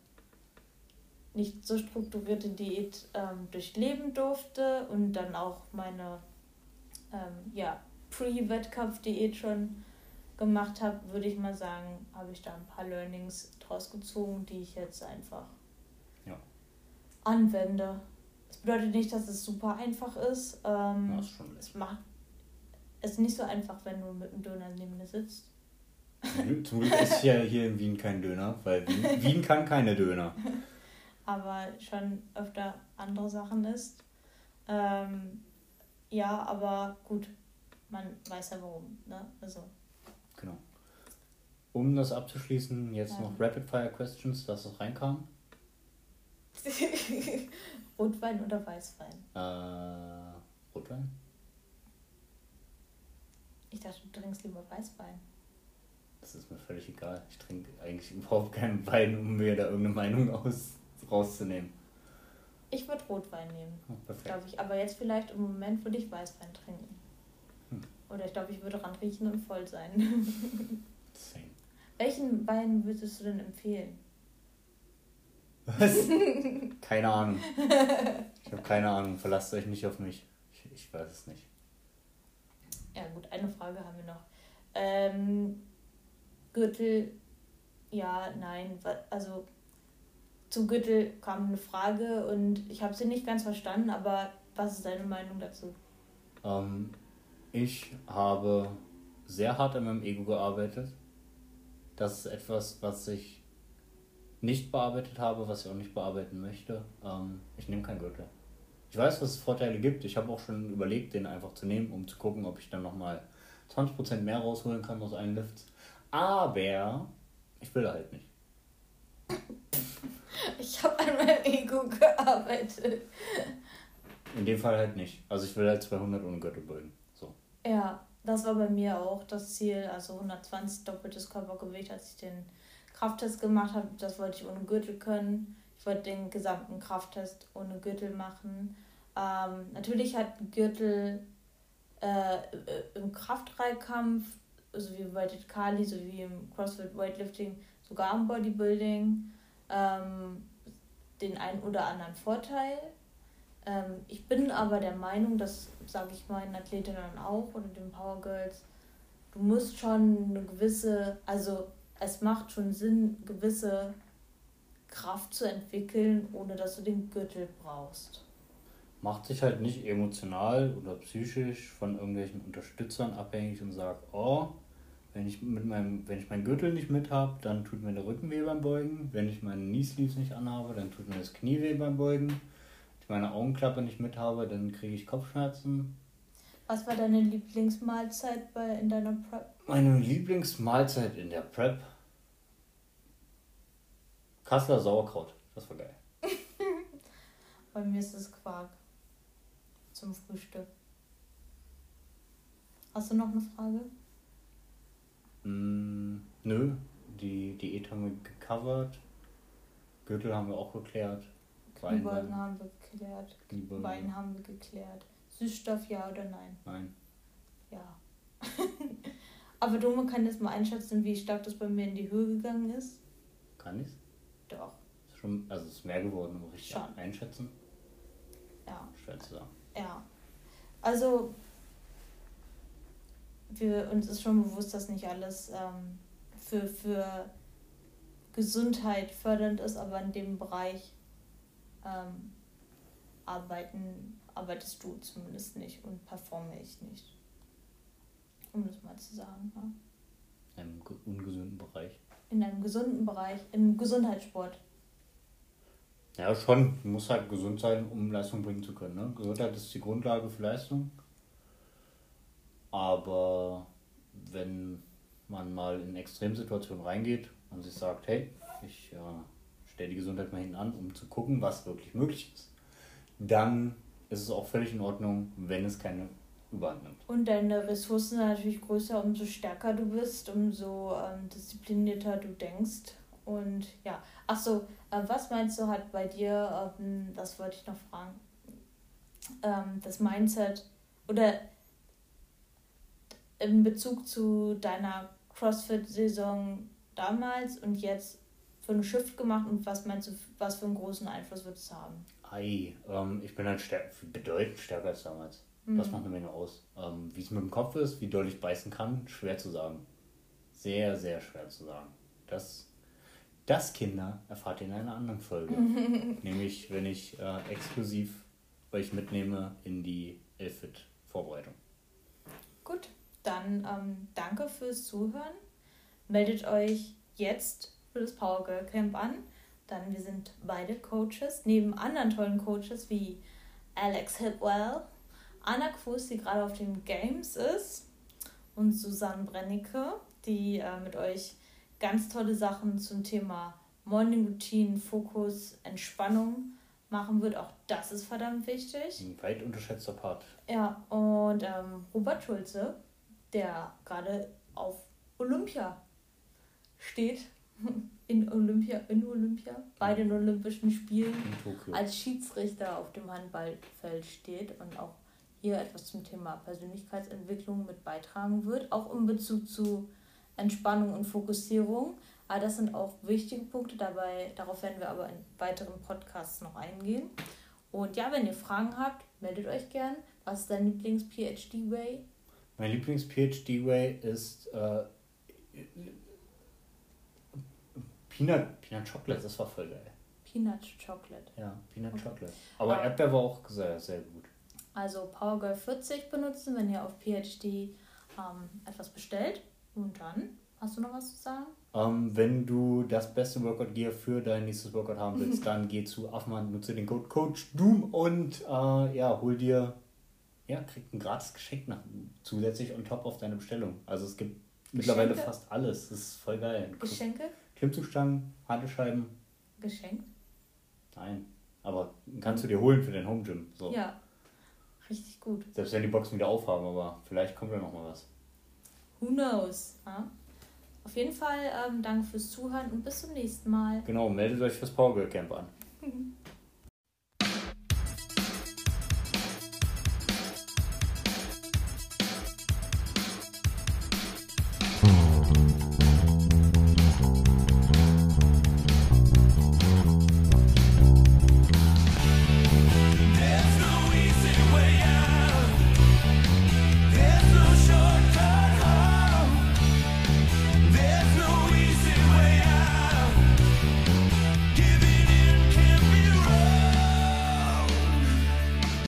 nicht so strukturierte Diät ähm, durchleben durfte und dann auch meine ähm, ja, Pre-Wettkampf-Diät schon gemacht habe, würde ich mal sagen, habe ich da ein paar Learnings draus gezogen, die ich jetzt einfach ja. anwende. Das bedeutet nicht, dass es super einfach ist. Ähm, ja, ist schon es macht es ist nicht so einfach, wenn du mit einem Döner neben mir sitzt. Zum Glück ist ja hier in Wien kein Döner, weil Wien, Wien kann keine Döner. Aber schon öfter andere Sachen isst. Ähm, ja, aber gut, man weiß ja warum, ne? Also. Genau. Um das abzuschließen, jetzt ja. noch Rapid Fire Questions, dass es reinkam. Rotwein oder Weißwein? Äh, Rotwein? Ich dachte, du trinkst lieber Weißwein. Das ist mir völlig egal. Ich trinke eigentlich überhaupt keinen Wein, um mir da irgendeine Meinung aus, rauszunehmen. Ich würde Rotwein nehmen, oh, glaube ich. Aber jetzt vielleicht im Moment würde ich Weißwein trinken. Hm. Oder ich glaube, ich würde ranriechen und voll sein. Same. Welchen Wein würdest du denn empfehlen? Was? Keine Ahnung. Ich habe keine Ahnung. Verlasst euch nicht auf mich. Ich, ich weiß es nicht. Ja gut, eine Frage haben wir noch. Ähm, Gürtel, ja, nein. Also zum Gürtel kam eine Frage und ich habe sie nicht ganz verstanden, aber was ist deine Meinung dazu? Ähm, ich habe sehr hart an meinem Ego gearbeitet. Das ist etwas, was ich nicht bearbeitet habe, was ich auch nicht bearbeiten möchte. Ähm, ich nehme keinen Gürtel. Ich weiß, dass es Vorteile gibt. Ich habe auch schon überlegt, den einfach zu nehmen, um zu gucken, ob ich dann nochmal zwanzig Prozent mehr rausholen kann aus allen Lifts. Aber ich will halt nicht. Ich habe an meinem Ego gearbeitet. In dem Fall halt nicht. Also ich will halt zweihundert ohne Gürtel beugen. So. Ja, das war bei mir auch das Ziel. Also hundertzwanzig doppeltes Körpergewicht, als ich den Krafttest gemacht habe. Das wollte ich ohne Gürtel können. Ich wollte den gesamten Krafttest ohne Gürtel machen. Ähm, natürlich hat ein Gürtel äh, im Kraftdreikampf, so wie Weighted Kali, so wie im CrossFit Weightlifting, sogar im Bodybuilding, ähm, den einen oder anderen Vorteil. Ähm, ich bin aber der Meinung, das sage ich meinen Athletinnen auch oder den Power Girls, du musst schon eine gewisse, also es macht schon Sinn, gewisse Kraft zu entwickeln, ohne dass du den Gürtel brauchst. Macht sich halt nicht emotional oder psychisch von irgendwelchen Unterstützern abhängig und sagt, oh, wenn ich mit meinem, wenn ich meinen Gürtel nicht mit habe, dann tut mir der Rücken weh beim Beugen. Wenn ich meine Knee Sleeves nicht anhabe, dann tut mir das Knie weh beim Beugen. Wenn ich meine Augenklappe nicht mit habe, dann kriege ich Kopfschmerzen. Was war deine Lieblingsmahlzeit bei, in deiner Prep? Meine Lieblingsmahlzeit in der Prep? Kasseler Sauerkraut. Das war geil. Bei mir ist es Quark. Zum Frühstück. Hast du noch eine Frage? Mm, nö. Die Diät haben wir gecovert. Gürtel haben wir auch geklärt. Kniebeugen haben wir geklärt. Kniebeugen. Bein haben wir geklärt. Süßstoff ja oder nein? Nein. Ja. Aber Dome kann jetzt mal einschätzen, wie stark das bei mir in die Höhe gegangen ist. Kann ich's? Doch. Ist schon, also es ist mehr geworden, aber richtig schon. Einschätzen? Ja. Schwer zu sagen. Ja. Also, wir, uns ist schon bewusst, dass nicht alles ähm, für, für Gesundheit fördernd ist, aber in dem Bereich ähm, arbeiten, arbeitest du zumindest nicht und performe ich nicht. Um das mal zu sagen. Ja. In einem ungesunden Bereich. In einem gesunden Bereich, im Gesundheitssport. Ja, schon. Du musst halt gesund sein, um Leistung bringen zu können. Ne? Gesundheit ist die Grundlage für Leistung. Aber wenn man mal in Extremsituationen reingeht und sich sagt, hey, ich äh, stelle die Gesundheit mal hinten an, um zu gucken, was wirklich möglich ist, dann ist es auch völlig in Ordnung, wenn es keine Überhand nimmt. Und deine Ressourcen sind natürlich größer, umso stärker du bist, umso ähm, disziplinierter du denkst. Und ja, achso, äh, was meinst du, hat bei dir, ähm, das wollte ich noch fragen, ähm, das Mindset oder in Bezug zu deiner CrossFit-Saison damals und jetzt für einen Shift gemacht und was meinst du, was für einen großen Einfluss wird es haben? Ei, ähm, ich bin halt stärk, bedeutend stärker als damals. Mhm. Das macht eine Menge aus. Ähm, wie es mit dem Kopf ist, wie doll ich beißen kann, schwer zu sagen. sehr, sehr schwer zu sagen. Das, das Kinder, erfahrt ihr in einer anderen Folge. Nämlich, wenn ich äh, exklusiv euch mitnehme in die Elfit-Vorbereitung. Gut, dann ähm, danke fürs Zuhören. Meldet euch jetzt für das Power Girl Camp an. Dann, wir sind beide Coaches, neben anderen tollen Coaches wie Alex Hipwell, Anna Quus, die gerade auf den Games ist, und Susanne Brennecke, die äh, mit euch ganz tolle Sachen zum Thema Morning Routine, Fokus, Entspannung machen wird. Auch das ist verdammt wichtig. Ein weit unterschätzter Part. Ja, und ähm, Robert Schulze, der gerade auf Olympia steht, in Olympia, in Olympia, bei den Olympischen Spielen als Schiedsrichter auf dem Handballfeld steht und auch hier etwas zum Thema Persönlichkeitsentwicklung mit beitragen wird, auch in Bezug zu Entspannung und Fokussierung. Aber das sind auch wichtige Punkte, dabei, darauf werden wir aber in weiteren Podcasts noch eingehen. Und ja, wenn ihr Fragen habt, meldet euch gern. Was ist dein Lieblings-P H D-Way? Mein Lieblings-P H D-Way ist äh, Peanut, Peanut Chocolate, das war voll geil. Peanut Chocolate. Ja, Peanut okay. Chocolate. Aber ah. Erdbeer war auch sehr, sehr gut. Also Power Girl vierzig benutzen, wenn ihr auf P H D ähm, etwas bestellt. Und dann, hast du noch was zu sagen? Ähm, wenn du das beste Workout Gear für dein nächstes Workout haben willst, dann geh zu Affmann, nutze den Code Coach Doom und äh, ja, hol dir, ja, krieg ein gratis Geschenk nach, zusätzlich on top auf deine Bestellung. Also es gibt Geschenke? Mittlerweile fast alles. Das ist voll geil. Geschenke? Klimmzugstangen, Hantelscheiben. Geschenkt? Nein, aber kannst du dir holen für dein Home Gym. So. Ja, richtig gut. Selbst wenn die Boxen wieder aufhaben, aber vielleicht kommt da noch mal was. Who knows? Ja? Auf jeden Fall ähm, danke fürs Zuhören und bis zum nächsten Mal. Genau, meldet euch fürs Power Girl Camp an.